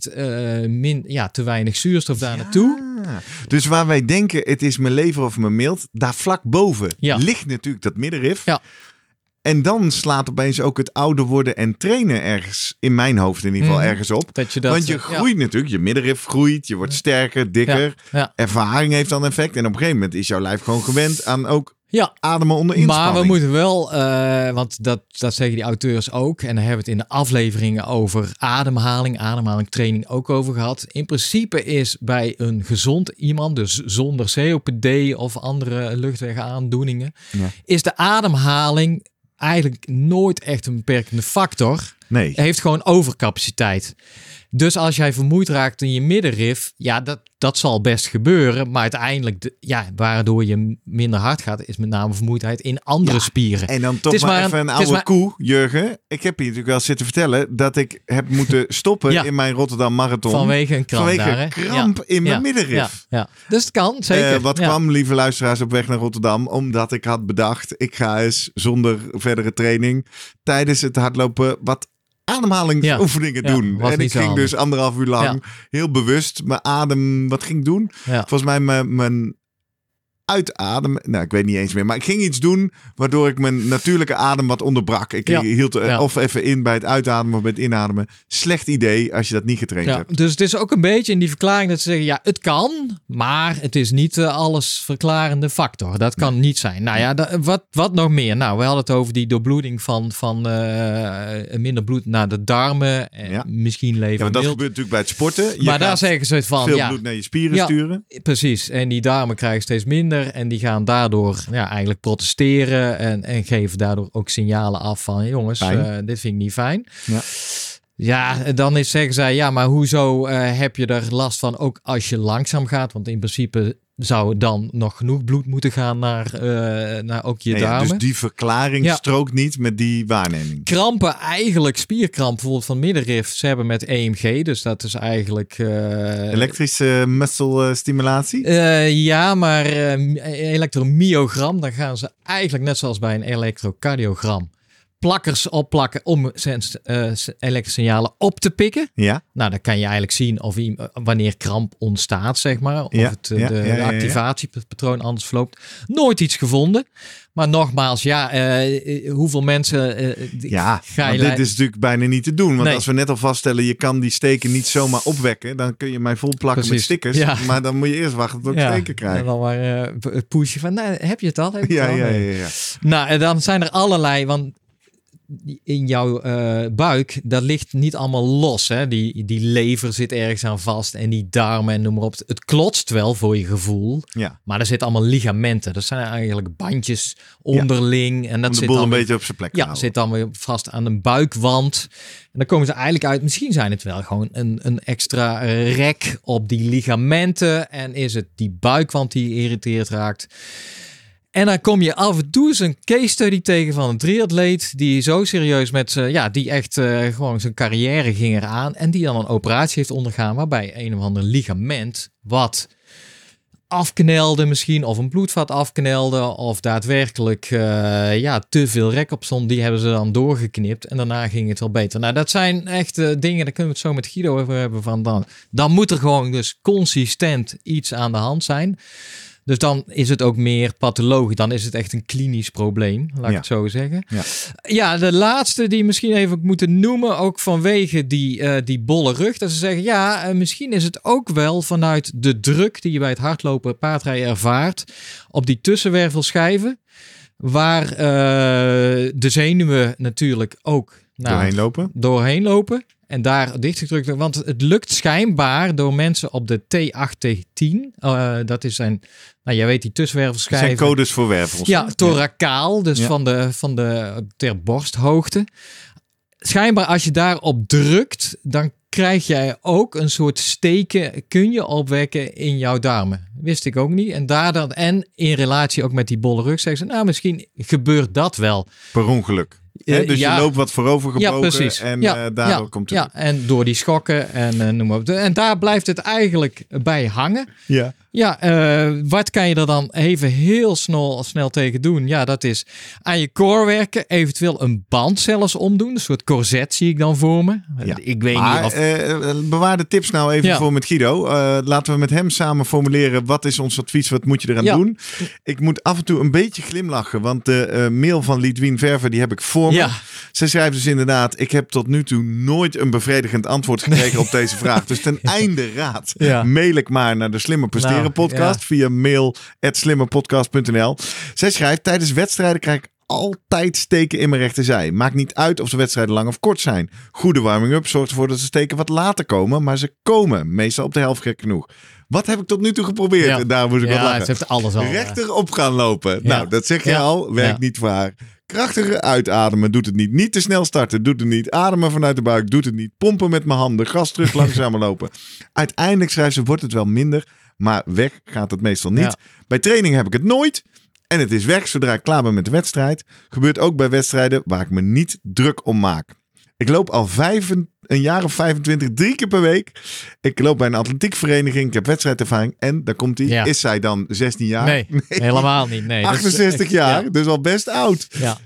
te weinig zuurstof daar naartoe. Dus waar wij denken het is mijn lever of mijn milt, daar vlak boven ligt natuurlijk dat middenrif. Ja. En dan slaat opeens ook het ouder worden en trainen ergens, in mijn hoofd in ieder geval, ergens op. Want je groeit natuurlijk, je middenrif groeit, je wordt sterker, dikker. Ja. Ervaring heeft dan effect. En op een gegeven moment is jouw lijf gewoon gewend aan ook ademen onder inspanning. Maar we moeten wel, want dat zeggen die auteurs ook. En daar hebben we het in de afleveringen over ademhalingtraining ook over gehad. In principe is bij een gezond iemand, dus zonder COPD of andere luchtwegaandoeningen, is de ademhaling eigenlijk nooit echt een beperkende factor. Nee. Hij heeft gewoon overcapaciteit. Dus als jij vermoeid raakt in je middenrif, dat zal best gebeuren. Maar uiteindelijk, waardoor je minder hard gaat, is met name vermoeidheid in andere spieren. En dan toch maar even een oude koe, Jurgen. Ik heb hier natuurlijk wel zitten vertellen dat ik heb moeten stoppen in mijn Rotterdam Marathon. Vanwege een kramp in mijn middenrif. Ja. Dus het kan, zeker. Wat kwam, lieve luisteraars, op weg naar Rotterdam? Omdat ik had bedacht, ik ga eens zonder verdere training tijdens het hardlopen wat ademhalingsoefeningen doen. En ik ging dus 1,5 uur lang heel bewust mijn adem wat ging doen. Ja. Volgens mij mijn uitademen. Nou, ik weet niet eens meer. Maar ik ging iets doen waardoor ik mijn natuurlijke adem wat onderbrak. Ik hield of even in bij het uitademen of bij het inademen. Slecht idee als je dat niet getraind hebt. Dus het is ook een beetje in die verklaring dat ze zeggen, het kan, maar het is niet de alles verklarende factor. Dat kan niet zijn. Nou ja, wat nog meer? Nou, we hadden het over die doorbloeding van minder bloed naar de darmen. Misschien lever. Ja, want dat gebeurt natuurlijk bij het sporten. Maar daar zeggen ze het van. Veel bloed naar je spieren sturen. Precies. En die darmen krijgen steeds minder. En die gaan daardoor eigenlijk protesteren en geven daardoor ook signalen af van jongens, dit vind ik niet fijn. Ja, dan zeggen zij, maar hoezo heb je er last van ook als je langzaam gaat? Want in principe zou dan nog genoeg bloed moeten gaan naar ook je darmen. Dus die verklaring strookt niet met die waarneming. Krampen, eigenlijk spierkramp bijvoorbeeld van middenrif. Ze hebben met EMG, dus dat is eigenlijk elektrische muscle stimulatie? Maar elektromyogram, dan gaan ze eigenlijk net zoals bij een elektrocardiogram plakkers opplakken om elektrosignalen op te pikken. Ja. Nou, dan kan je eigenlijk zien of wanneer kramp ontstaat, zeg maar. Of de activatiepatroon anders verloopt. Nooit iets gevonden. Maar nogmaals, hoeveel mensen dit is natuurlijk bijna niet te doen. Want als we net al vaststellen, je kan die steken niet zomaar opwekken. Dan kun je mij vol plakken met stickers. Ja. Maar dan moet je eerst wachten tot ik steken krijg. En dan maar het pushen van, heb je het al? Ja. Nou, en dan zijn er allerlei, want in jouw buik, dat ligt niet allemaal los. Hè? Die lever zit ergens aan vast en die darmen en noem maar op. Het klotst wel voor je gevoel, maar er zitten allemaal ligamenten. Dat zijn eigenlijk bandjes onderling. En dat om de zit boel dan een beetje op zijn plek houden. Zit dan weer vast aan een buikwand. En dan komen ze eigenlijk uit, misschien zijn het wel gewoon een extra rek op die ligamenten. En is het die buikwand die geïrriteerd raakt. En dan kom je af en toe eens een case study tegen van een triatleet die zo serieus die echt gewoon zijn carrière ging eraan en die dan een operatie heeft ondergaan waarbij een of ander ligament wat afknelde misschien of een bloedvat afknelde of daadwerkelijk te veel rek op stond, die hebben ze dan doorgeknipt en daarna ging het wel beter. Nou, dat zijn echt dingen, daar kunnen we het zo met Guido over hebben van dan moet er gewoon dus consistent iets aan de hand zijn. Dus dan is het ook meer pathologisch. Dan is het echt een klinisch probleem, laat ik het zo zeggen. Ja, de laatste die misschien even moeten noemen, ook vanwege die bolle rug. Dat ze zeggen, misschien is het ook wel vanuit de druk die je bij het hardlopen paardrijden ervaart op die tussenwervelschijven. Waar de zenuwen natuurlijk ook Doorheen lopen. En daar dichtgedrukt. Want het lukt schijnbaar door mensen op de T8-T10. Dat is een, jij weet die tussenwervelschijven. Dat zijn codes voor wervels. Ja, thoracaal. Dus van de ter borsthoogte. Schijnbaar als je daarop drukt, dan krijg jij ook een soort steken, kun je opwekken in jouw darmen. Wist ik ook niet. En in relatie ook met die bolle rug zeggen ze, misschien gebeurt dat wel. Per ongeluk. Dus je loopt wat voorover gebogen en daardoor komt het. Ja, en door die schokken en noem maar op. En daar blijft het eigenlijk bij hangen. Ja. Ja, wat kan je er dan even heel snel tegen doen? Ja, dat is aan je core werken. Eventueel een band zelfs omdoen. Een soort corset zie ik dan voor me. Ja. Ik weet niet of... bewaar de tips nou even voor met Guido. Laten we met hem samen formuleren. Wat is ons advies? Wat moet je eraan doen? Ik moet af en toe een beetje glimlachen. Want de mail van Lidwien Verver, die heb ik voor me. Zij schrijft dus inderdaad, ik heb tot nu toe nooit een bevredigend antwoord gekregen op deze vraag. Dus ten einde raad, mail ik maar naar de Slimmer Presteren podcast via mail@slimmerpodcast.nl. Zij schrijft, tijdens wedstrijden krijg ik altijd steken in mijn rechterzij. Maakt niet uit of de wedstrijden lang of kort zijn. Goede warming-up zorgt ervoor dat de steken wat later komen, maar ze komen. Meestal op de helft gek genoeg. Wat heb ik tot nu toe geprobeerd? En daar moet ik wat lachen. Ze heeft alles al. Rechterop gaan lopen. Nou, dat zeg je al. Werkt niet voor haar. Krachtiger uitademen doet het niet. Niet te snel starten doet het niet. Ademen vanuit de buik doet het niet. Pompen met mijn handen. Gas terug langzamer lopen. Uiteindelijk, schrijft ze, wordt het wel minder. Maar weg gaat het meestal niet. Ja. Bij training heb ik het nooit. En het is weg zodra ik klaar ben met de wedstrijd. Gebeurt ook bij wedstrijden waar ik me niet druk om maak. Ik loop al een jaar of 25, 3 keer per week. Ik loop bij een atletiekvereniging. Ik heb wedstrijdervaring. En daar komt hij. Ja. Is zij dan 16 jaar? Nee, helemaal niet. Nee, 68 jaar. Dus al best oud. Ja.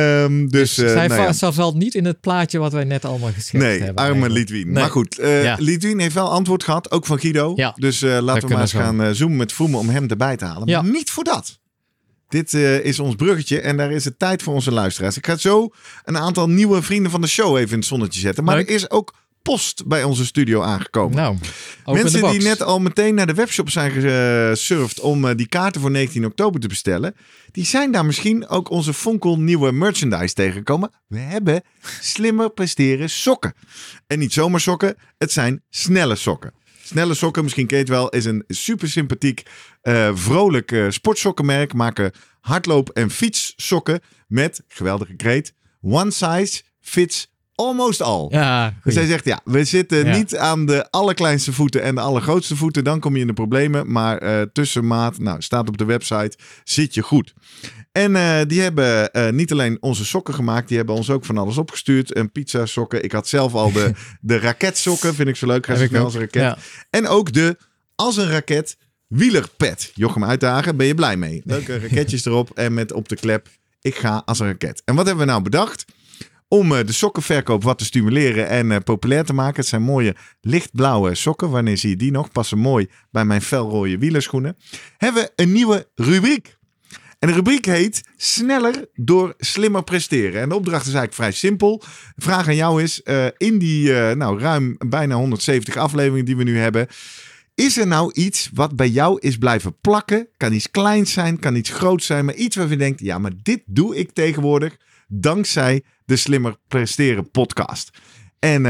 Zij valt niet in het plaatje wat wij net allemaal geschetst hebben. Nee, arme Lidwien. Nee. Maar goed, Lidwien heeft wel antwoord gehad. Ook van Guido. Ja. Dus laten we maar eens gaan zoomen met Vroemen om hem erbij te halen. Maar niet voor dat. Dit is ons bruggetje en daar is het tijd voor onze luisteraars. Ik ga zo een aantal nieuwe vrienden van de show even in het zonnetje zetten. Maar er is ook post bij onze studio aangekomen. Nou, mensen die net al meteen naar de webshop zijn gesurfd om die kaarten voor 19 oktober te bestellen. Die zijn daar misschien ook onze Fonkel nieuwe merchandise tegengekomen. We hebben Slimmer Presteren sokken. En niet zomaar sokken, het zijn snelle sokken. Snelle sokken, misschien ken je het wel, is een super sympathiek, vrolijk sportsokkenmerk. Maken hardloop- en fietssokken met, geweldige kreet, one size fits almost all. Ja, dus hij zegt, we zitten niet aan de allerkleinste voeten en de allergrootste voeten. Dan kom je in de problemen. Maar tussenmaat, staat op de website, zit je goed. En die hebben niet alleen onze sokken gemaakt. Die hebben ons ook van alles opgestuurd. Een pizza sokken. Ik had zelf al de raketsokken. Vind ik zo leuk. Ga je als een raket. Ja. En ook de als een raket wielerpet. Jochem uitdagen. Ben je blij mee? Leuke raketjes erop. En met op de klep. Ik ga als een raket. En wat hebben we nou bedacht? Om de sokkenverkoop wat te stimuleren en populair te maken. Het zijn mooie lichtblauwe sokken. Wanneer zie je die nog? Passen mooi bij mijn felrode wielerschoenen. Hebben we een nieuwe rubriek. En de rubriek heet Sneller door slimmer presteren. En de opdracht is eigenlijk vrij simpel. De vraag aan jou is, in die ruim bijna 170 afleveringen die we nu hebben, is er nou iets wat bij jou is blijven plakken? Kan iets kleins zijn, kan iets groots zijn, maar iets waarvan je denkt, ja, maar dit doe ik tegenwoordig dankzij de Slimmer Presteren podcast. En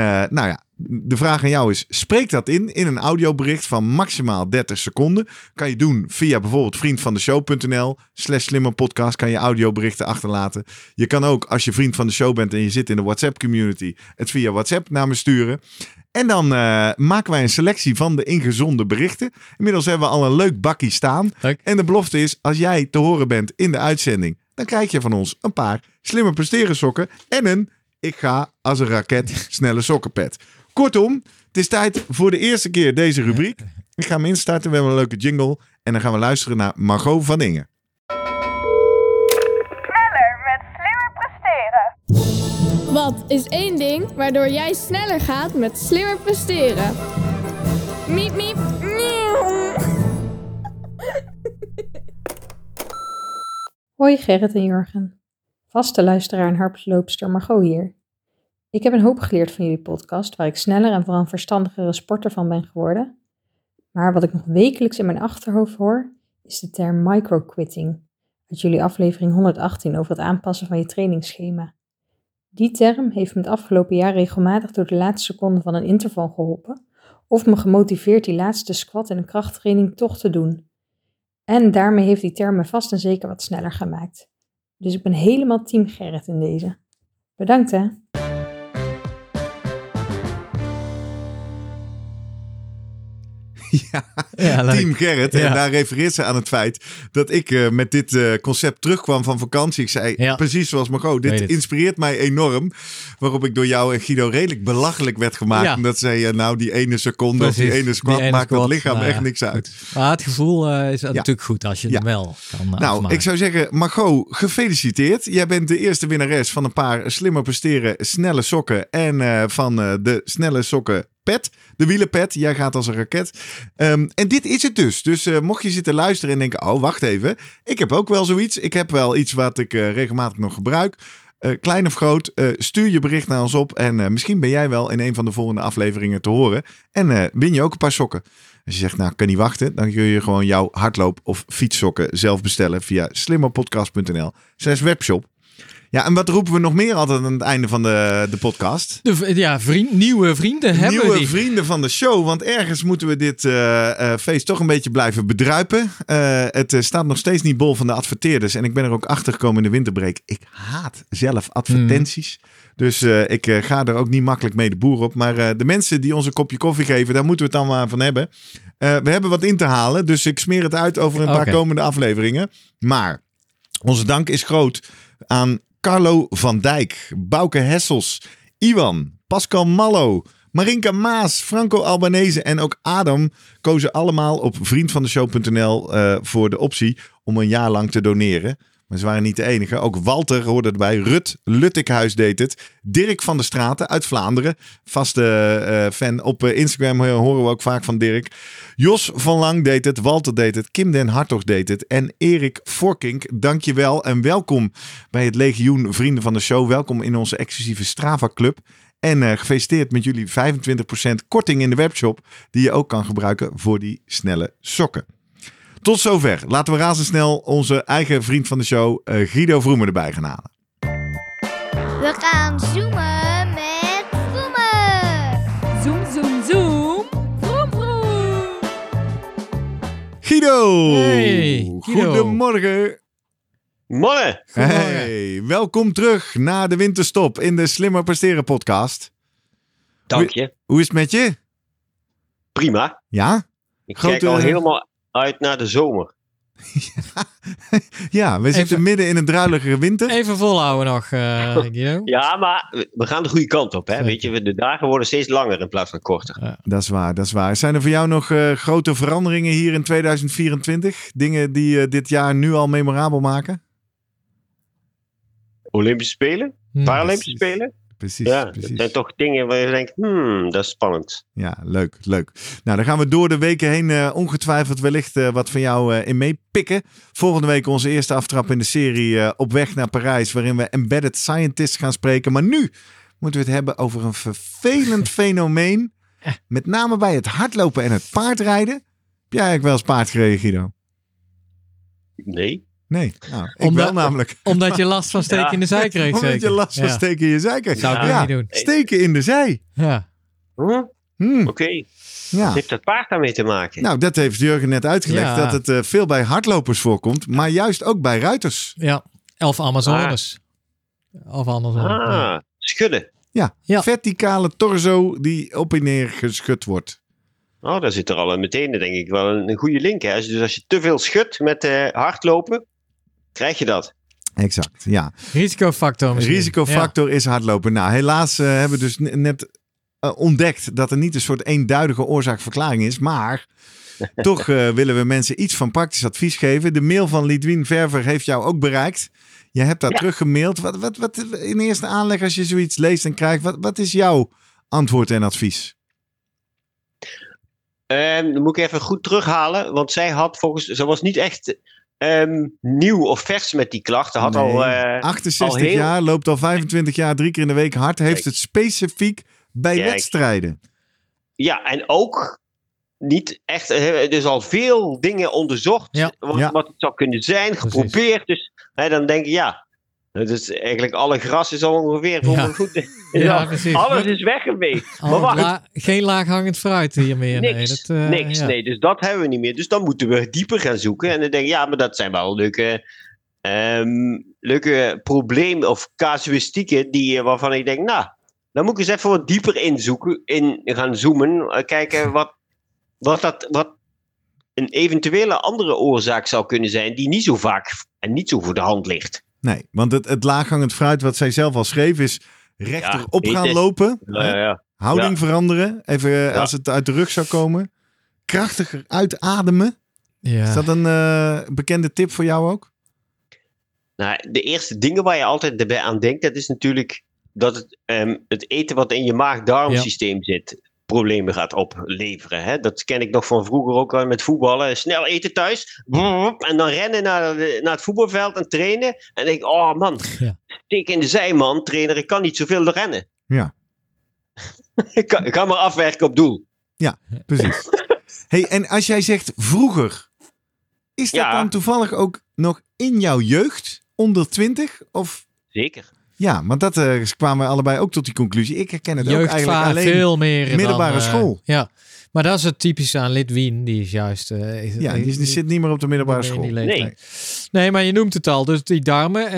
de vraag aan jou is, spreek dat in een audiobericht van maximaal 30 seconden. Kan je doen via bijvoorbeeld vriendvandeshow.nl/slimmerpodcast kan je audioberichten achterlaten. Je kan ook, als je vriend van de show bent en je zit in de WhatsApp community, het via WhatsApp naar me sturen. En dan maken wij een selectie van de ingezonden berichten. Inmiddels hebben we al een leuk bakkie staan. Leuk. En de belofte is, als jij te horen bent in de uitzending, dan krijg je van ons een paar Slimmer Presteren sokken en een ik ga als een raket snelle sokkenpet. Kortom, het is tijd voor de eerste keer deze rubriek. Ik ga hem instarten, we hebben een leuke jingle. En dan gaan we luisteren naar Margot van Ingen. Sneller met Slimmer Presteren. Wat is één ding waardoor jij sneller gaat met Slimmer Presteren? Miep, miep, nieuw. Hoi Gerrit en Jurgen. Vaste luisteraar en harpsloopster Margot hier. Ik heb een hoop geleerd van jullie podcast, waar ik sneller en vooral een verstandigere sporter van ben geworden. Maar wat ik nog wekelijks in mijn achterhoofd hoor, is de term microquitting uit jullie aflevering 118 over het aanpassen van je trainingsschema. Die term heeft me het afgelopen jaar regelmatig door de laatste seconde van een interval geholpen of me gemotiveerd die laatste squat en een krachttraining toch te doen. En daarmee heeft die term me vast en zeker wat sneller gemaakt. Dus ik ben helemaal team Gerrit in deze. Bedankt hè! Ja, leuk. Team Gerrit. Ja. En daar refereert ze aan het feit dat ik met dit concept terugkwam van vakantie. Ik zei, precies zoals Margot, dit inspireert mij enorm. Waarop ik door jou en Guido redelijk belachelijk werd gemaakt. Ja. Omdat zei, die ene seconde of die ene squat maakt dat lichaam echt niks uit. Maar het gevoel is natuurlijk goed als je hem wel kan afmaken. Ik zou zeggen, Margot, gefeliciteerd. Jij bent de eerste winnares van een paar slimmer presteren snelle sokken. En van de snelle sokken pet, de wielenpet. Jij gaat als een raket. En dit is het dus. Dus mocht je zitten luisteren en denken, oh wacht even. Ik heb ook wel zoiets. Ik heb wel iets wat ik regelmatig nog gebruik. Klein of groot, stuur je bericht naar ons op. En misschien ben jij wel in een van de volgende afleveringen te horen. En win je ook een paar sokken. Als je zegt, nou, kan niet wachten. Dan kun je gewoon jouw hardloop- of fietssokken zelf bestellen via slimmerpodcast.nl/webshop. Ja, en wat roepen we nog meer altijd aan het einde van de podcast? Nieuwe vrienden hebben we. Nieuwe vrienden van de show. Want ergens moeten we dit feest toch een beetje blijven bedruipen. Het staat nog steeds niet bol van de adverteerders. En ik ben er ook achter gekomen in de winterbreak. Ik haat zelf advertenties. Dus ik ga er ook niet makkelijk mee de boer op. Maar de mensen die ons een kopje koffie geven, daar moeten we het dan maar van hebben. We hebben wat in te halen. Dus ik smeer het uit over een paar komende afleveringen. Maar onze dank is groot aan Carlo van Dijk, Bouke Hessels, Iwan, Pascal Mallo, Marinka Maas, Franco Albanese en ook Adam kozen allemaal op vriendvandeshow.nl voor de optie om een jaar lang te doneren. Maar ze waren niet de enige. Ook Walter hoorde erbij. Rut Luttikhuis deed het. Dirk van der Straten uit Vlaanderen. Vaste fan. Op Instagram horen we ook vaak van Dirk. Jos van Lang deed het. Walter deed het. Kim den Hartog deed het. En Erik Vorkink, dankjewel. En welkom bij het Legioen Vrienden van de Show. Welkom in onze exclusieve Strava Club. En gefeliciteerd met jullie 25% korting in de webshop. Die je ook kan gebruiken voor die snelle sokken. Tot zover. Laten we razendsnel onze eigen vriend van de show, Guido Vroemen, erbij gaan halen. We gaan zoomen met Vroemen. Zoom, zoom, zoom. Vroom, vroom. Guido! Hey, Guido. Goedemorgen. Morgen. Hey, welkom terug na de winterstop in de Slimmer Presteren podcast. Dank je. Hoe is het met je? Prima. Ja? Ik kijk al helemaal uit naar de zomer. Ja, we zitten midden in een druilige winter. Even volhouden nog, Guido. Ja, maar we gaan de goede kant op. Hè? Weet je, de dagen worden steeds langer in plaats van korter. Ja. Dat is waar, dat is waar. Zijn er voor jou nog grote veranderingen hier in 2024? Dingen die dit jaar nu al memorabel maken? Olympische Spelen? Paralympische Spelen? Precies, ja, precies. Dat zijn toch dingen waar je denkt, dat is spannend. Ja, leuk, leuk. Nou, dan gaan we door de weken heen ongetwijfeld wellicht wat van jou in meepikken. Volgende week onze eerste aftrap in de serie Op weg naar Parijs, waarin we embedded scientists gaan spreken. Maar nu moeten we het hebben over een vervelend fenomeen. Met name bij het hardlopen en het paardrijden. Heb jij eigenlijk wel eens paard gereden, Guido? Nee. Nee, ik wel namelijk. Omdat je last van steken in de zij kreeg, zeker? Omdat je last van steken in je zij kreeg. Zou ik niet doen. Steken in de zij. Ja. Oké. Ja. Wat heeft dat paard daarmee te maken? Nou, dat heeft Jurgen net uitgelegd. Ja. Dat het veel bij hardlopers voorkomt. Maar juist ook bij ruiters. Ja, 11 Amazones. Of andersom. Schudden. Ja, Ja. verticale torso die op en neer geschud wordt. Oh, daar zit er al meteen, denk ik, wel een goede link. Hè? Dus als je te veel schudt met hardlopen, krijg je dat. Exact, ja. Risicofactor misschien. Risicofactor is hardlopen. Nou, helaas hebben we dus net ontdekt dat er niet een soort eenduidige oorzaak-verklaring is. Maar toch willen we mensen iets van praktisch advies geven. De mail van Lidwien Verver heeft jou ook bereikt. Je hebt daar teruggemaild. Wat in eerste aanleg als je zoiets leest en krijgt, wat is jouw antwoord en advies? Dan moet ik even goed terughalen, want ze was niet echt nieuw of vers met die klachten. Had al 68 jaar, loopt al 25 jaar 3 keer in de week hard. Heeft het specifiek bij wedstrijden. Ja, en ook niet echt. Er is al veel dingen onderzocht wat het zou kunnen zijn, geprobeerd. Dus dan denk je, Dus eigenlijk alle gras is al ongeveer voor mijn voeten. Ja, precies. Alles is weggeweest. Maar wacht. Geen laaghangend fruit hier meer. Niks. Nee, dus dat hebben we niet meer. Dus dan moeten we dieper gaan zoeken. En dan denk ik, maar dat zijn wel leuke problemen of casuïstieken waarvan ik denk, dan moet ik eens even wat dieper in gaan zoomen. Kijken wat een eventuele andere oorzaak zou kunnen zijn die niet zo vaak en niet zo voor de hand ligt. Nee, want het laaghangend fruit wat zij zelf al schreef is rechterop gaan lopen. Houding veranderen. Even als het uit de rug zou komen. Krachtiger uitademen. Ja. Is dat een bekende tip voor jou ook? Nou, de eerste dingen waar je altijd erbij aan denkt, dat is natuurlijk dat het eten wat in je maag-darmsysteem zit, problemen gaat opleveren. Hè? Dat ken ik nog van vroeger ook al met voetballen. Snel eten thuis. En dan rennen naar het voetbalveld en trainen. En dan denk ik, oh man, steek in de zij man, trainer, ik kan niet zoveel rennen. Ja. ik kan maar afwerken op doel. Ja, precies. Hey, en als jij zegt vroeger, is dat dan toevallig ook nog in jouw jeugd, onder 20? Of? Zeker. Ja, want dat kwamen we allebei ook tot die conclusie. Ik herken het ook eigenlijk alleen veel meer middelbare school. Ja, maar dat is het typische aan Lidwien. Die is juist... die zit niet meer op de middelbare school. Nee, maar je noemt het al. Dus die darmen.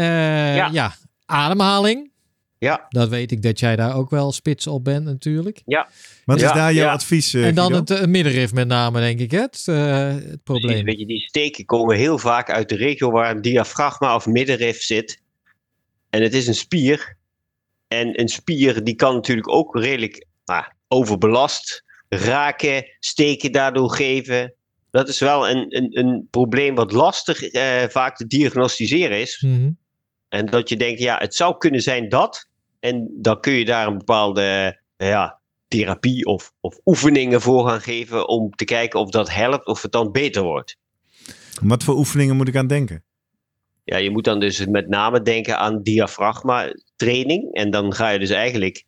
Ademhaling. Ja. Dat weet ik dat jij daar ook wel spits op bent natuurlijk. Ja. Wat is daar jouw advies? En dan het middenrif met name, denk ik. Het probleem. Precies, weet je, die steken komen heel vaak uit de regio waar een diafragma of middenrif zit. En het is een spier. En een spier die kan natuurlijk ook redelijk overbelast raken, steken daardoor geven. Dat is wel een probleem wat lastig vaak te diagnosticeren is. Mm-hmm. En dat je denkt, het zou kunnen zijn dat. En dan kun je daar een bepaalde therapie of oefeningen voor gaan geven om te kijken of dat helpt of het dan beter wordt. Wat voor oefeningen moet ik aan denken? Ja, je moet dan dus met name denken aan diafragma training. En dan ga je dus eigenlijk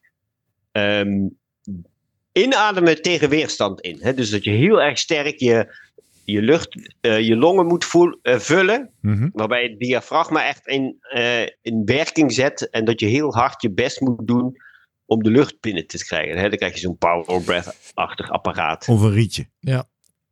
inademen tegen weerstand in. Hè? Dus dat je heel erg sterk je lucht, je longen moet vullen. Mm-hmm. Waarbij je het diafragma echt in werking zet. En dat je heel hard je best moet doen om de lucht binnen te krijgen. Hè? Dan krijg je zo'n power breath-achtig apparaat. Of een rietje. Ja.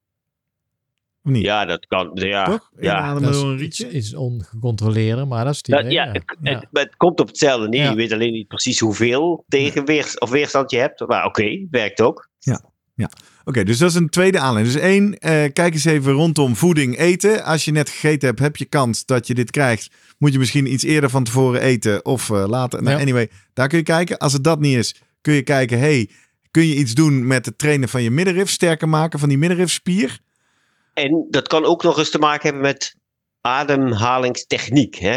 Of niet? Ja, dat kan. Ja. Toch? Dat door een rietje? is ongecontroleerd, maar dat is het idee. Het komt op hetzelfde neer. Ja. Je weet alleen niet precies hoeveel weerstand je hebt. Maar oké, werkt ook. Ja. Oké, dus dat is een tweede aanleiding. Dus 1, kijk eens even rondom voeding, eten. Als je net gegeten hebt, heb je kans dat je dit krijgt. Moet je misschien iets eerder van tevoren eten of later. Nou, anyway, daar kun je kijken. Als het dat niet is, kun je kijken, kun je iets doen met het trainen van je middenrif, sterker maken van die middenrifspier? En dat kan ook nog eens te maken hebben met ademhalingstechniek. Hè?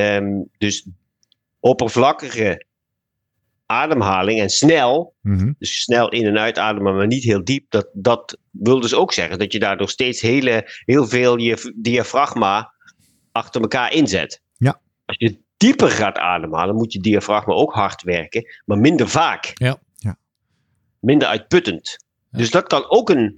Dus oppervlakkige ademhaling en snel. Mm-hmm. Dus snel in- en uitademen, maar niet heel diep. Dat wil dus ook zeggen dat je daardoor steeds heel veel je diafragma achter elkaar inzet. Ja. Als je dieper gaat ademhalen, moet je diafragma ook hard werken, maar minder vaak. Ja. Minder uitputtend. Ja. Dus dat kan ook een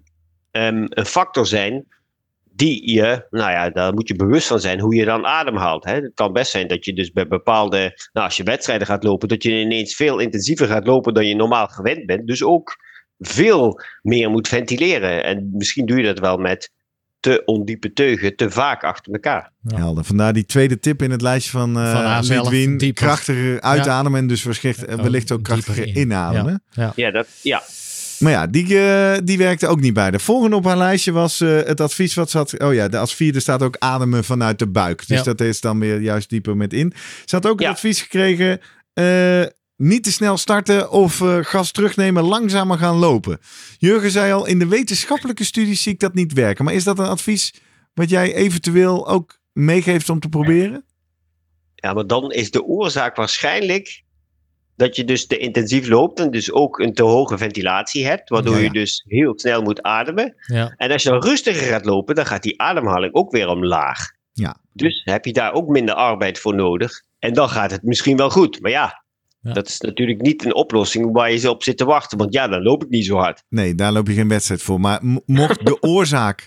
factor zijn die je, daar moet je bewust van zijn hoe je dan ademhaalt. Hè? Het kan best zijn dat je dus bij bepaalde, als je wedstrijden gaat lopen, dat je ineens veel intensiever gaat lopen dan je normaal gewend bent. Dus ook veel meer moet ventileren. En misschien doe je dat wel met te ondiepe teugen, te vaak achter elkaar. Ja. Helder. Vandaar die tweede tip in het lijstje van Lidwien. Krachtiger uitademen en dus wellicht ook krachtiger inademen. Ja. Maar ja, die werkte ook niet bij. De volgende op haar lijstje was het advies wat zat. Als vierde staat ook ademen vanuit de buik. Dus dat is dan weer juist dieper met in. Ze had ook het advies gekregen. Niet te snel starten of gas terugnemen, langzamer gaan lopen. Jurgen zei al, in de wetenschappelijke studies zie ik dat niet werken. Maar is dat een advies wat jij eventueel ook meegeeft om te proberen? Ja, maar dan is de oorzaak waarschijnlijk dat je dus te intensief loopt en dus ook een te hoge ventilatie hebt, waardoor je dus heel snel moet ademen. Ja. En als je dan rustiger gaat lopen, dan gaat die ademhaling ook weer omlaag. Ja. Dus heb je daar ook minder arbeid voor nodig. En dan gaat het misschien wel goed. Maar dat is natuurlijk niet een oplossing waar je op zit te wachten. Want dan loop ik niet zo hard. Nee, daar loop je geen wedstrijd voor. Maar mocht de oorzaak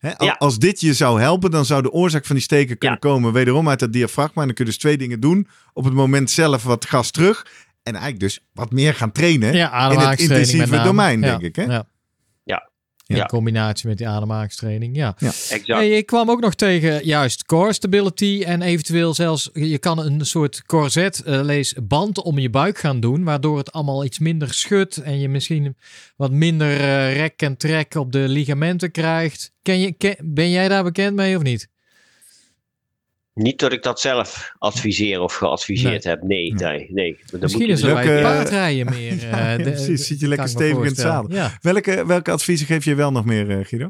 Als dit je zou helpen, dan zou de oorzaak van die steken kunnen komen wederom uit dat diafragma. En dan kun je dus 2 dingen doen. Op het moment zelf wat gas terug. En eigenlijk dus wat meer gaan trainen in het intensieve domein, denk ik. Hè? Ja. In combinatie met die ademhalingstraining, Exact. Hey, ik kwam ook nog tegen juist core stability en eventueel zelfs, je kan een soort corset, lees band om je buik gaan doen, waardoor het allemaal iets minder schudt en je misschien wat minder rek en trek op de ligamenten krijgt. Ben jij daar bekend mee of niet? Niet dat ik dat zelf adviseer of geadviseerd heb. Nee. Misschien is er bij paardrijden meer. Precies, zit je lekker stevig in het zadel. Ja. Welke adviezen geef je wel nog meer, Guido?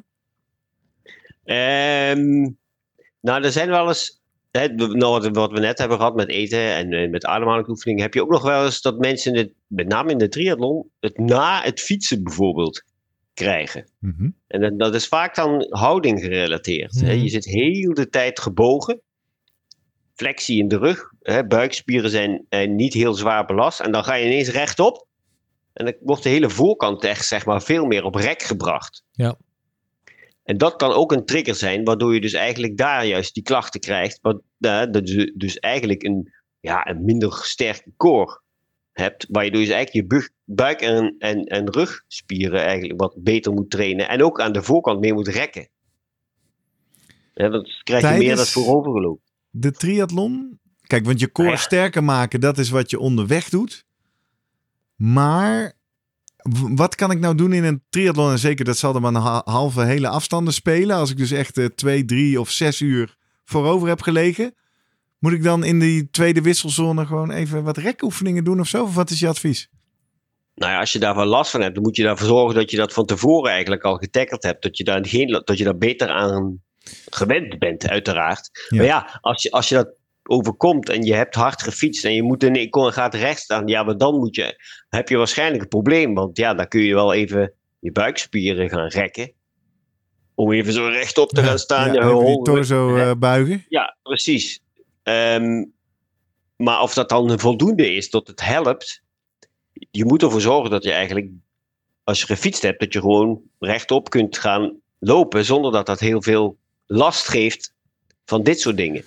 Er zijn wel eens, wat we net hebben gehad met eten en met ademhalingsoefeningen, heb je ook nog wel eens dat mensen, met name in de triathlon, het na het fietsen bijvoorbeeld krijgen. Mm-hmm. En dat is vaak dan houding gerelateerd. Mm-hmm. Je zit heel de tijd gebogen. Flexie in de rug. Buikspieren zijn niet heel zwaar belast. En dan ga je ineens rechtop. En dan wordt de hele voorkant echt, zeg maar, veel meer op rek gebracht. Ja. En dat kan ook een trigger zijn, waardoor je dus eigenlijk daar juist die klachten krijgt. Dus eigenlijk een minder sterke core hebt. Waar je dus eigenlijk je buik- en rugspieren eigenlijk wat beter moet trainen. En ook aan de voorkant meer moet rekken. Dan krijg je meer dat voorovergeloop. De triathlon? Kijk, want je core sterker maken, dat is wat je onderweg doet. Maar wat kan ik nou doen in een triathlon? En zeker, dat zal er maar een halve hele afstanden spelen. Als ik dus echt 2, 3 of 6 uur voorover heb gelegen. Moet ik dan in die tweede wisselzone gewoon even wat rekoefeningen doen of zo? Of wat is je advies? Nou ja, als je daarvan last van hebt, dan moet je ervoor zorgen dat je dat van tevoren eigenlijk al getackeld hebt. Dat je daar beter aan gewend bent, uiteraard. Ja. Maar ja, als je dat overkomt en je hebt hard gefietst en je moet gaat rechts staan, maar dan heb je waarschijnlijk een probleem. Want dan kun je wel even je buikspieren gaan rekken. Om even zo rechtop te gaan staan. Even die torso buigen. Ja, precies. Maar of dat dan voldoende is dat het helpt, je moet ervoor zorgen dat je eigenlijk, als je gefietst hebt, dat je gewoon rechtop kunt gaan lopen zonder dat dat heel veel last geeft van dit soort dingen.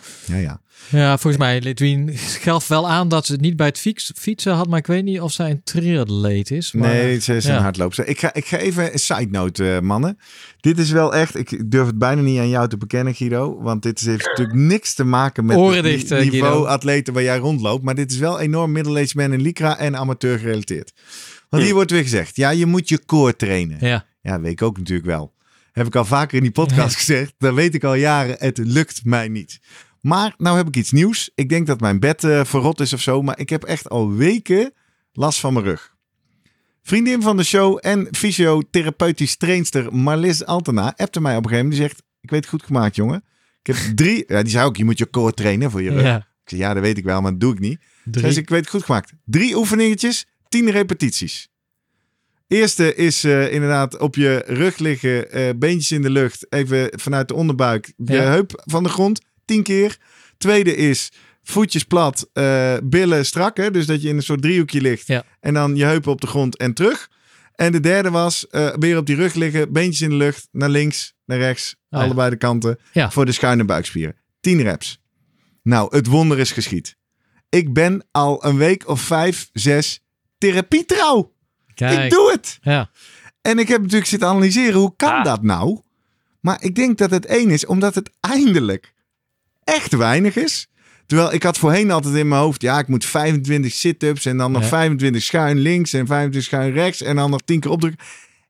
Ja, volgens mij, Lidwien gaf wel aan dat ze het niet bij het fietsen had, maar ik weet niet of zij een triatleet is. Maar, nee, ze is een hardloopster. Ik ga even een side note, mannen. Dit is wel echt, ik durf het bijna niet aan jou te bekennen, Guido, want dit heeft natuurlijk niks te maken met het niveau atleten waar jij rondloopt, maar dit is wel enorm middle-aged man in lycra en amateur gerelateerd. Want hier wordt weer gezegd, je moet je core trainen. Ja, weet ik ook natuurlijk wel. Heb ik al vaker in die podcast gezegd. Dat weet ik al jaren. Het lukt mij niet. Maar nou heb ik iets nieuws. Ik denk dat mijn bed verrot is of zo. Maar ik heb echt al weken last van mijn rug. Vriendin van de show en fysiotherapeutisch trainster Marlis Altena appte mij op een gegeven moment. Die zegt, ik weet het goed gemaakt, jongen. Ik heb 3... Ja, die zei ook, je moet je core trainen voor je rug. Ik zei, ja, dat weet ik wel, maar dat doe ik niet. Dus ik weet het goed gemaakt. 3 oefeningetjes, 10 repetities. Eerste is inderdaad op je rug liggen, beentjes in de lucht, even vanuit de onderbuik, de heup van de grond, 10 keer. Tweede is voetjes plat, billen strak, hè, dus dat je in een soort driehoekje ligt en dan je heupen op de grond en terug. En de derde was weer op die rug liggen, beentjes in de lucht, naar links, naar rechts, allebei de kanten, voor de schuine buikspieren. 10 reps. Nou, het wonder is geschied. Ik ben al een week of 5, 6 therapietrouw. Kijk. Ik doe het. Ja. En ik heb natuurlijk zitten analyseren, hoe kan dat nou? Maar ik denk dat het één is, omdat het eindelijk echt weinig is. Terwijl ik had voorheen altijd in mijn hoofd, ik moet 25 sit-ups en dan nog 25 schuin links en 25 schuin rechts en dan nog 10 keer opdrukken.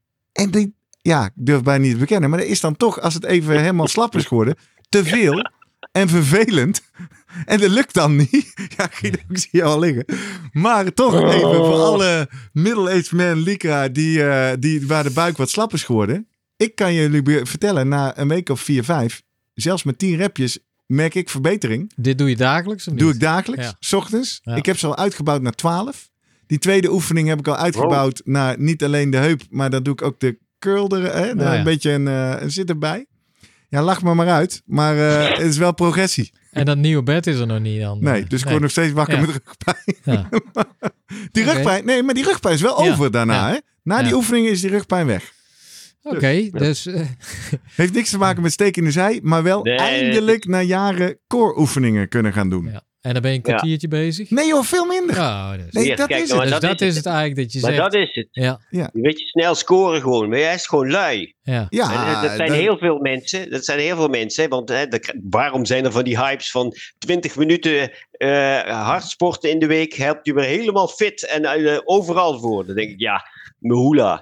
En ik durf bijna niet te bekennen, maar dat is dan toch, als het even helemaal slap is geworden, te veel en vervelend. En dat lukt dan niet. Ja, ik zie je al liggen. Maar toch even voor alle middle-aged men lycra die waar de buik wat slap is geworden. Ik kan jullie vertellen, na een week of 4, 5, zelfs met 10 repjes, merk ik verbetering. Dit doe je dagelijks? Of niet? Doe ik dagelijks, 's ochtends. Ja. Ik heb ze al uitgebouwd naar 12. Die tweede oefening heb ik al uitgebouwd naar niet alleen de heup, maar dan doe ik ook de curl een beetje een zit erbij. Ja, lach me maar uit. Maar het is wel progressie. En dat nieuwe bed is er nog niet dan? Nee, dus ik word nog steeds wakker met rugpijn. Ja. Die rugpijn is wel over daarna. Hè? Na die oefeningen is die rugpijn weg. Oké, dus... Heeft niks te maken met steek in de zij, maar wel Nee. eindelijk na jaren core oefeningen kunnen gaan doen. ja. En dan ben je een kwartiertje bezig? Nee joh, veel minder. Ja, dus, Nee, Hier, dat kijk, is nou, het. dus dat dat is is het eigenlijk dat je Maar zegt. dat is het. Ja, Je weet je snel scoren gewoon. Maar hij is gewoon lui. ja. Ja, En dat zijn heel veel mensen. Dat zijn heel veel mensen. Want waarom zijn er van die hypes van 20 minuten hard sporten in de week helpt je weer helemaal fit en overal voor. Dan denk ik, ja, mehula.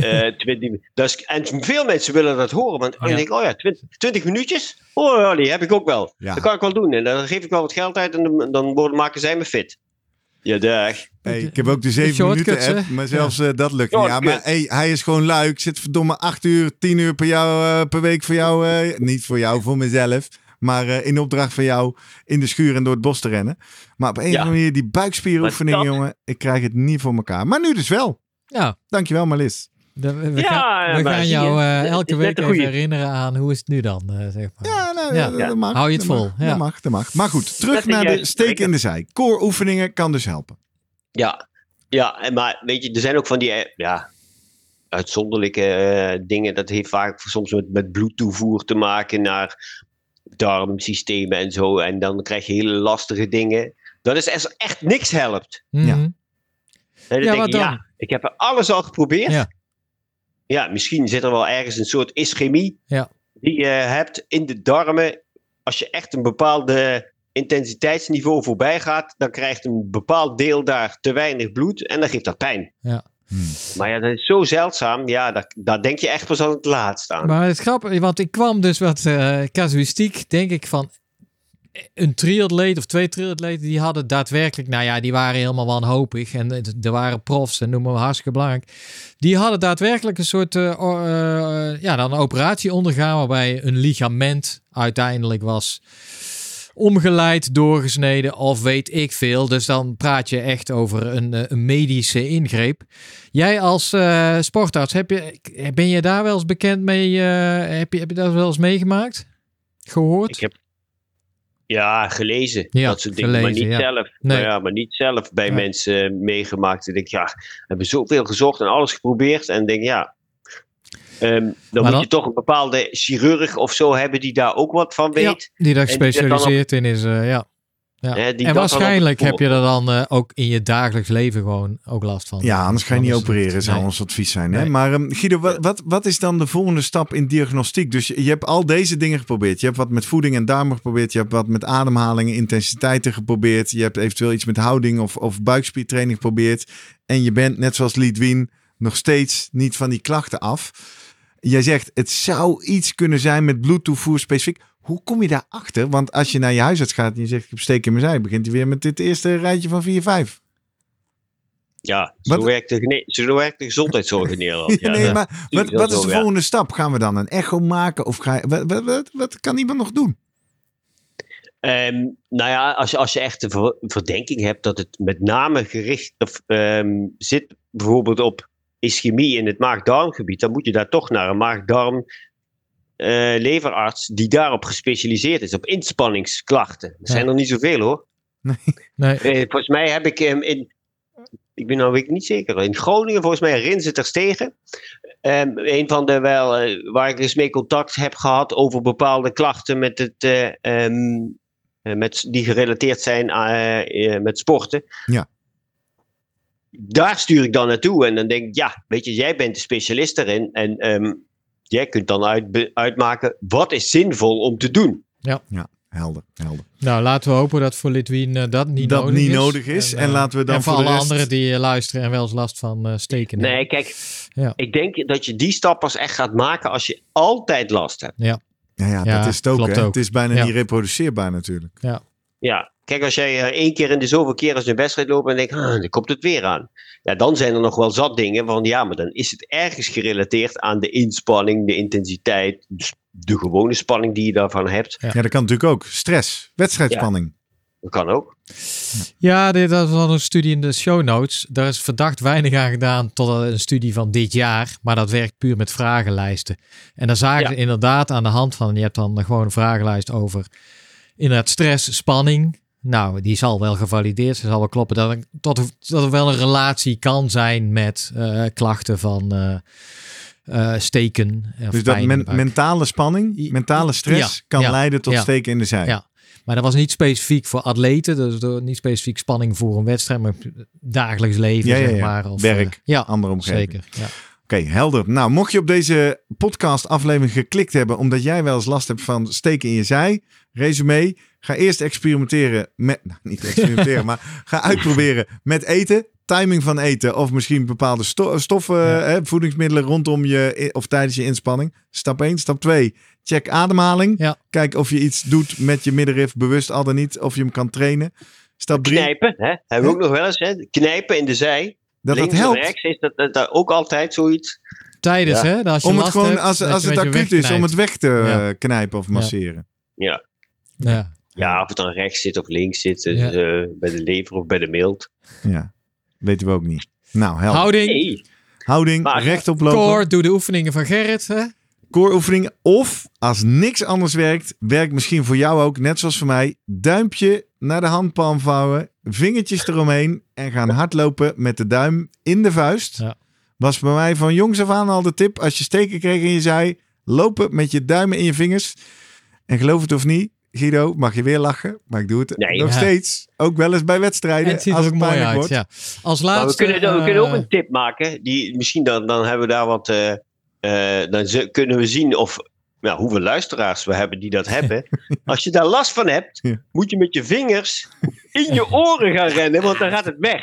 20, en veel mensen willen dat horen. Want dan denk ik, oh ja, 20 minuutjes? Oh ja, die heb ik ook wel. Ja. Dat kan ik wel doen. En dan geef ik wel wat geld uit en dan maken zij me fit. Ja, dag. Hey, ik heb ook de 7 shortcuts, minuten app, hè? maar zelfs dat lukt niet. Ja, Shortcuts. maar hey, hij is gewoon lui. Ik zit verdomme 8 uur, 10 uur per week voor jou. Niet voor jou, voor mezelf. Maar in opdracht van jou in de schuur en door het bos te rennen. Maar op een of andere manier, die buikspieroefeningen, Maar dat- jongen. Ik krijg het niet voor elkaar. Maar nu dus wel. Ja, Dankjewel Marlis. we Ja, gaan, we maar gaan zie jou je, het elke is week net een even goeie. herinneren aan hoe is het nu dan, zeg maar. Ja, nou, Ja. dat mag. Hou je het dat vol, mag, ja. Dat mag. Maar goed, terug Dat is naar de juist steek zeker. in de zij. Core oefeningen kan dus helpen. Ja, maar weet je, er zijn ook van die uitzonderlijke dingen. Dat heeft vaak soms met bloedtoevoer te maken naar darmsystemen en zo. En dan krijg je hele lastige dingen. Dat is als echt niks helpt. Mhm. Ja. En dan Ja, denk wat ik, dan? ja, ik heb er alles al geprobeerd. Ja. Ja, misschien zit er wel ergens een soort ischemie Ja. die je hebt in de darmen. Als je echt een bepaalde intensiteitsniveau voorbij gaat, dan krijgt een bepaald deel daar te weinig bloed en dan geeft dat pijn. Ja. Maar ja, dat is zo zeldzaam. Ja, daar denk je echt pas aan het laatst aan. Maar het is grappig, want ik kwam dus wat casuïstiek, denk ik, van een triatleet of 2 triatleten, die hadden daadwerkelijk, nou ja, die waren helemaal wanhopig en er waren profs en noem maar hartstikke belangrijk. Die hadden daadwerkelijk een soort dan een operatie ondergaan waarbij een ligament uiteindelijk was omgeleid, doorgesneden of weet ik veel. Dus dan praat je echt over een medische ingreep. Jij als sportarts, ben je daar wel eens bekend mee? Heb je dat wel eens meegemaakt? Gehoord? Ik heb gelezen, Ja, dat soort dingen, maar gelezen, niet ja. zelf. Nee. Maar niet zelf bij Ja. mensen meegemaakt. Ik denk, we hebben zoveel gezocht en alles geprobeerd. En denk, dan moet dan- je toch een bepaalde chirurg of zo hebben die daar ook wat van weet. Ja, die daar En die dat dan gespecialiseerd in is, ja. Ja. Hè, die En dat waarschijnlijk dan heb je er dan ook in je dagelijks leven gewoon ook last van. Ja, anders ga je niet Dan is het- opereren, zou nee. ons advies zijn. Hè? Nee. Maar Guido, wat is dan de volgende stap in diagnostiek? Dus je hebt al deze dingen geprobeerd. Je hebt wat met voeding en darmen geprobeerd. Je hebt wat met ademhaling en intensiteiten geprobeerd. Je hebt eventueel iets met houding of buikspiertraining geprobeerd. En je bent, net zoals Lidwien, nog steeds niet van die klachten af. Jij zegt, het zou iets kunnen zijn met bloedtoevoer specifiek. Hoe kom je daarachter? Want als je naar je huisarts gaat en je zegt, ik heb steek in mijn zij, begint hij weer met dit eerste rijtje van 4, 5. Ja, Wat- zo werkt de gezondheidszorg in Nederland. Ja, Nee, dat- maar dat wat is zo, de ja. volgende stap? Gaan we dan een echo maken? Of wat kan iemand nog doen? Nou ja, als je echt de verdenking hebt dat het met name gericht zit bijvoorbeeld op ischemie in het maag-darmgebied, dan moet je daar toch naar een maag-darm leverarts die daarop gespecialiseerd is, op inspanningsklachten. Er zijn er niet zoveel hoor. Nee. Volgens mij heb ik ik ben nou weet ik niet zeker, in Groningen volgens mij Rinse ter Stegen. Een van de waar ik dus mee contact heb gehad over bepaalde klachten met die gerelateerd zijn met sporten. Ja. Daar stuur ik dan naartoe en dan denk ik, ja, weet je, jij bent de specialist daarin en jij kunt dan uitmaken wat is zinvol om te doen. Helder. Nou, laten we hopen dat voor Lidwien dat niet nodig is. En laten we dan en voor voor de alle rest- anderen die luisteren en wel eens last van steken hebben. Nee, kijk, Ja. ik denk dat je die stap pas echt gaat maken als je altijd last hebt. Ja, Ja, dat is het ook. klopt Hè? ook. Het is bijna Ja. niet reproduceerbaar natuurlijk. Ja, kijk, als jij 1 keer in de zoveel keer als je een wedstrijd loopt en denkt, dan komt het weer aan. Ja, dan zijn er nog wel zat dingen van, ja, maar dan is het ergens gerelateerd aan de inspanning, de intensiteit, dus de gewone spanning die je daarvan hebt. Ja. Ja, dat kan natuurlijk ook. Stress, wedstrijdspanning. Dat kan ook. Ja, dit was wel een studie in de show notes. Daar is verdacht weinig aan gedaan tot een studie van dit jaar. Maar dat werkt puur met vragenlijsten. En dan zagen ze inderdaad aan de hand van, je hebt dan gewoon een vragenlijst over inderdaad stress, spanning. Nou, die zal wel gevalideerd zijn, zal wel kloppen. Dat er wel een relatie kan zijn met klachten van steken. Dus dat mentale spanning, mentale stress kan leiden tot steken in de zij. Ja. Maar dat was niet specifiek voor atleten. Dus niet specifiek spanning voor een wedstrijd. Maar dagelijks leven, zeg maar. Of, werk, andere omgeving. Zeker, ja. Oké, helder. Nou, mocht je op deze podcast-aflevering geklikt hebben omdat jij wel eens last hebt van steken in je zij, resume, ga eerst experimenteren met, niet experimenteren, maar ga uitproberen met eten, timing van eten of misschien bepaalde stoffen, voedingsmiddelen rondom je of tijdens je inspanning. Stap 1. Stap 2, check ademhaling. Ja. Kijk of je iets doet met je middenrif, bewust al dan niet, of je hem kan trainen. Stap 3. Knijpen, hè? Hebben we ook nog wel eens, hè? Knijpen in de zij. Dat helpt. Rechts is dat ook altijd zoiets. Tijdens, hè? Als je om het last gewoon, hebt, als het acuut is, om het weg te knijpen of masseren. Ja, of het dan rechts zit of links zit. Dus, bij de lever of bij de milt. Ja, weten we ook niet. Nou, help. Houding, rechtop lopen. Core, doe de oefeningen van Gerrit, hè? Core oefeningen. Of, als niks anders werkt misschien voor jou ook, net zoals voor mij, duimpje naar de handpalm vouwen, vingertjes eromheen en gaan hardlopen met de duim in de vuist. Ja. Was bij mij van jongs af aan al de tip, als je steken kreeg en je zei, lopen met je duimen in je vingers. En geloof het of niet, Guido, mag je weer lachen, maar ik doe het nog steeds. Ook wel eens bij wedstrijden. En het ziet als er het mooi pijnlijk uit. wordt. Ja. Als laatste, we kunnen ook een tip maken. Die, misschien dan hebben we daar wat. Dan kunnen we zien hoeveel luisteraars we hebben die dat hebben. Als je daar last van hebt, moet je met je vingers in je oren gaan rennen, want dan gaat het weg.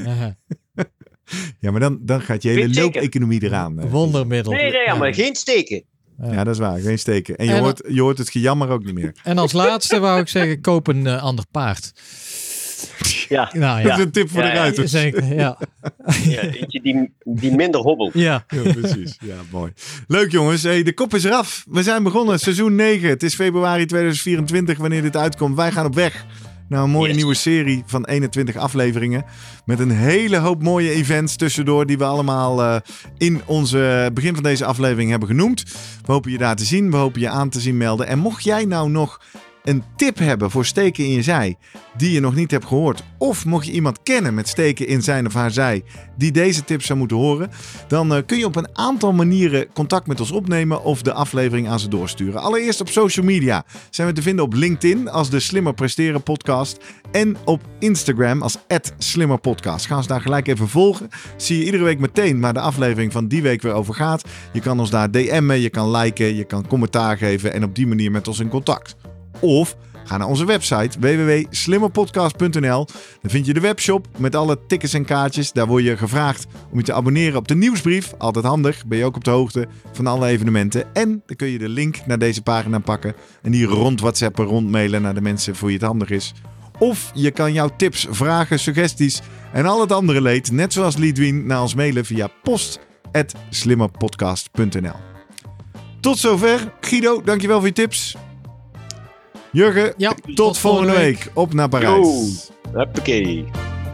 Ja, maar dan gaat je hele loopeconomie eraan. Wondermiddel. Nee, maar geen steken. Ja, dat is waar. Geen steken. En je hoort het gejammer ook niet meer. En als laatste wou ik zeggen, koop een ander paard. Ja. Nou, dat is een tip voor de ruiters. Zeker, ja. Eentje die minder hobbelt. Ja, precies. Ja, mooi. Leuk jongens. Hey, de kop is eraf. We zijn begonnen. Seizoen 9. Het is februari 2024 wanneer dit uitkomt. Wij gaan op weg naar een mooie nieuwe serie van 21 afleveringen. Met een hele hoop mooie events tussendoor die we allemaal in onze begin van deze aflevering hebben genoemd. We hopen je daar te zien. We hopen je aan te zien melden. En mocht jij nou nog een tip hebben voor steken in je zij die je nog niet hebt gehoord, of mocht je iemand kennen met steken in zijn of haar zij die deze tips zou moeten horen, dan kun je op een aantal manieren contact met ons opnemen of de aflevering aan ze doorsturen. Allereerst op social media zijn we te vinden op LinkedIn als de Slimmer Presteren podcast en op Instagram als @slimmerpodcast. Ga ons daar gelijk even volgen. Zie je iedere week meteen waar de aflevering van die week weer over gaat. Je kan ons daar DM'en, je kan liken, je kan commentaar geven en op die manier met ons in contact. Of ga naar onze website www.slimmerpodcast.nl. Dan vind je de webshop met alle tickets en kaartjes. Daar word je gevraagd om je te abonneren op de nieuwsbrief. Altijd handig, ben je ook op de hoogte van alle evenementen. En dan kun je de link naar deze pagina pakken en die rond WhatsAppen, rond mailen naar de mensen voor wie het handig is. Of je kan jouw tips, vragen, suggesties en al het andere leed, net zoals Lidwien, naar ons mailen via post@slimmerpodcast.nl. Tot zover. Guido, dankjewel voor je tips. Jurgen, tot volgende week. Op naar Parijs. Hoppakee.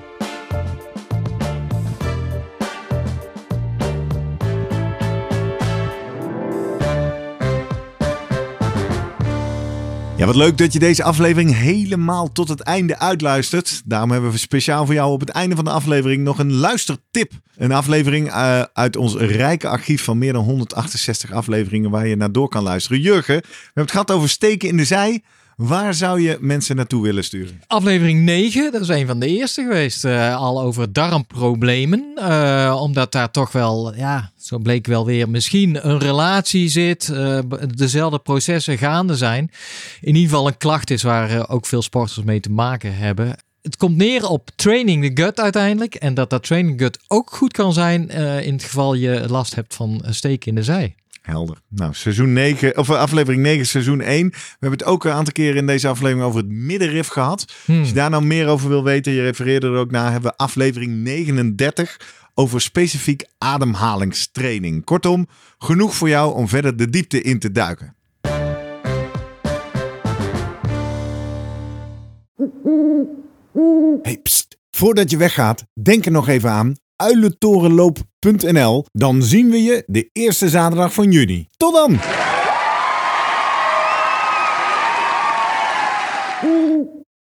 Ja, wat leuk dat je deze aflevering helemaal tot het einde uitluistert. Daarom hebben we speciaal voor jou op het einde van de aflevering nog een luistertip. Een aflevering uit ons rijke archief van meer dan 168 afleveringen waar je naar door kan luisteren. Jurgen, we hebben het gehad over steken in de zij. Waar zou je mensen naartoe willen sturen? Aflevering 9, dat is een van de eerste geweest. Al over darmproblemen. Omdat daar toch wel, zo bleek wel weer, misschien een relatie zit. Dezelfde processen gaande zijn. In ieder geval een klacht is waar ook veel sporters mee te maken hebben. Het komt neer op training the gut uiteindelijk. En dat training the gut ook goed kan zijn in het geval je last hebt van steken in de zij. Helder. Nou, seizoen 9, of aflevering 9, seizoen 1. We hebben het ook een aantal keren in deze aflevering over het middenrif gehad. Als je daar nou meer over wil weten, je refereerde er ook naar, hebben we aflevering 39 over specifiek ademhalingstraining. Kortom, genoeg voor jou om verder de diepte in te duiken. Hey, pst. Voordat je weggaat, denk er nog even aan. uilentorenloop.nl. Dan zien we je de eerste zaterdag van juni. Tot dan!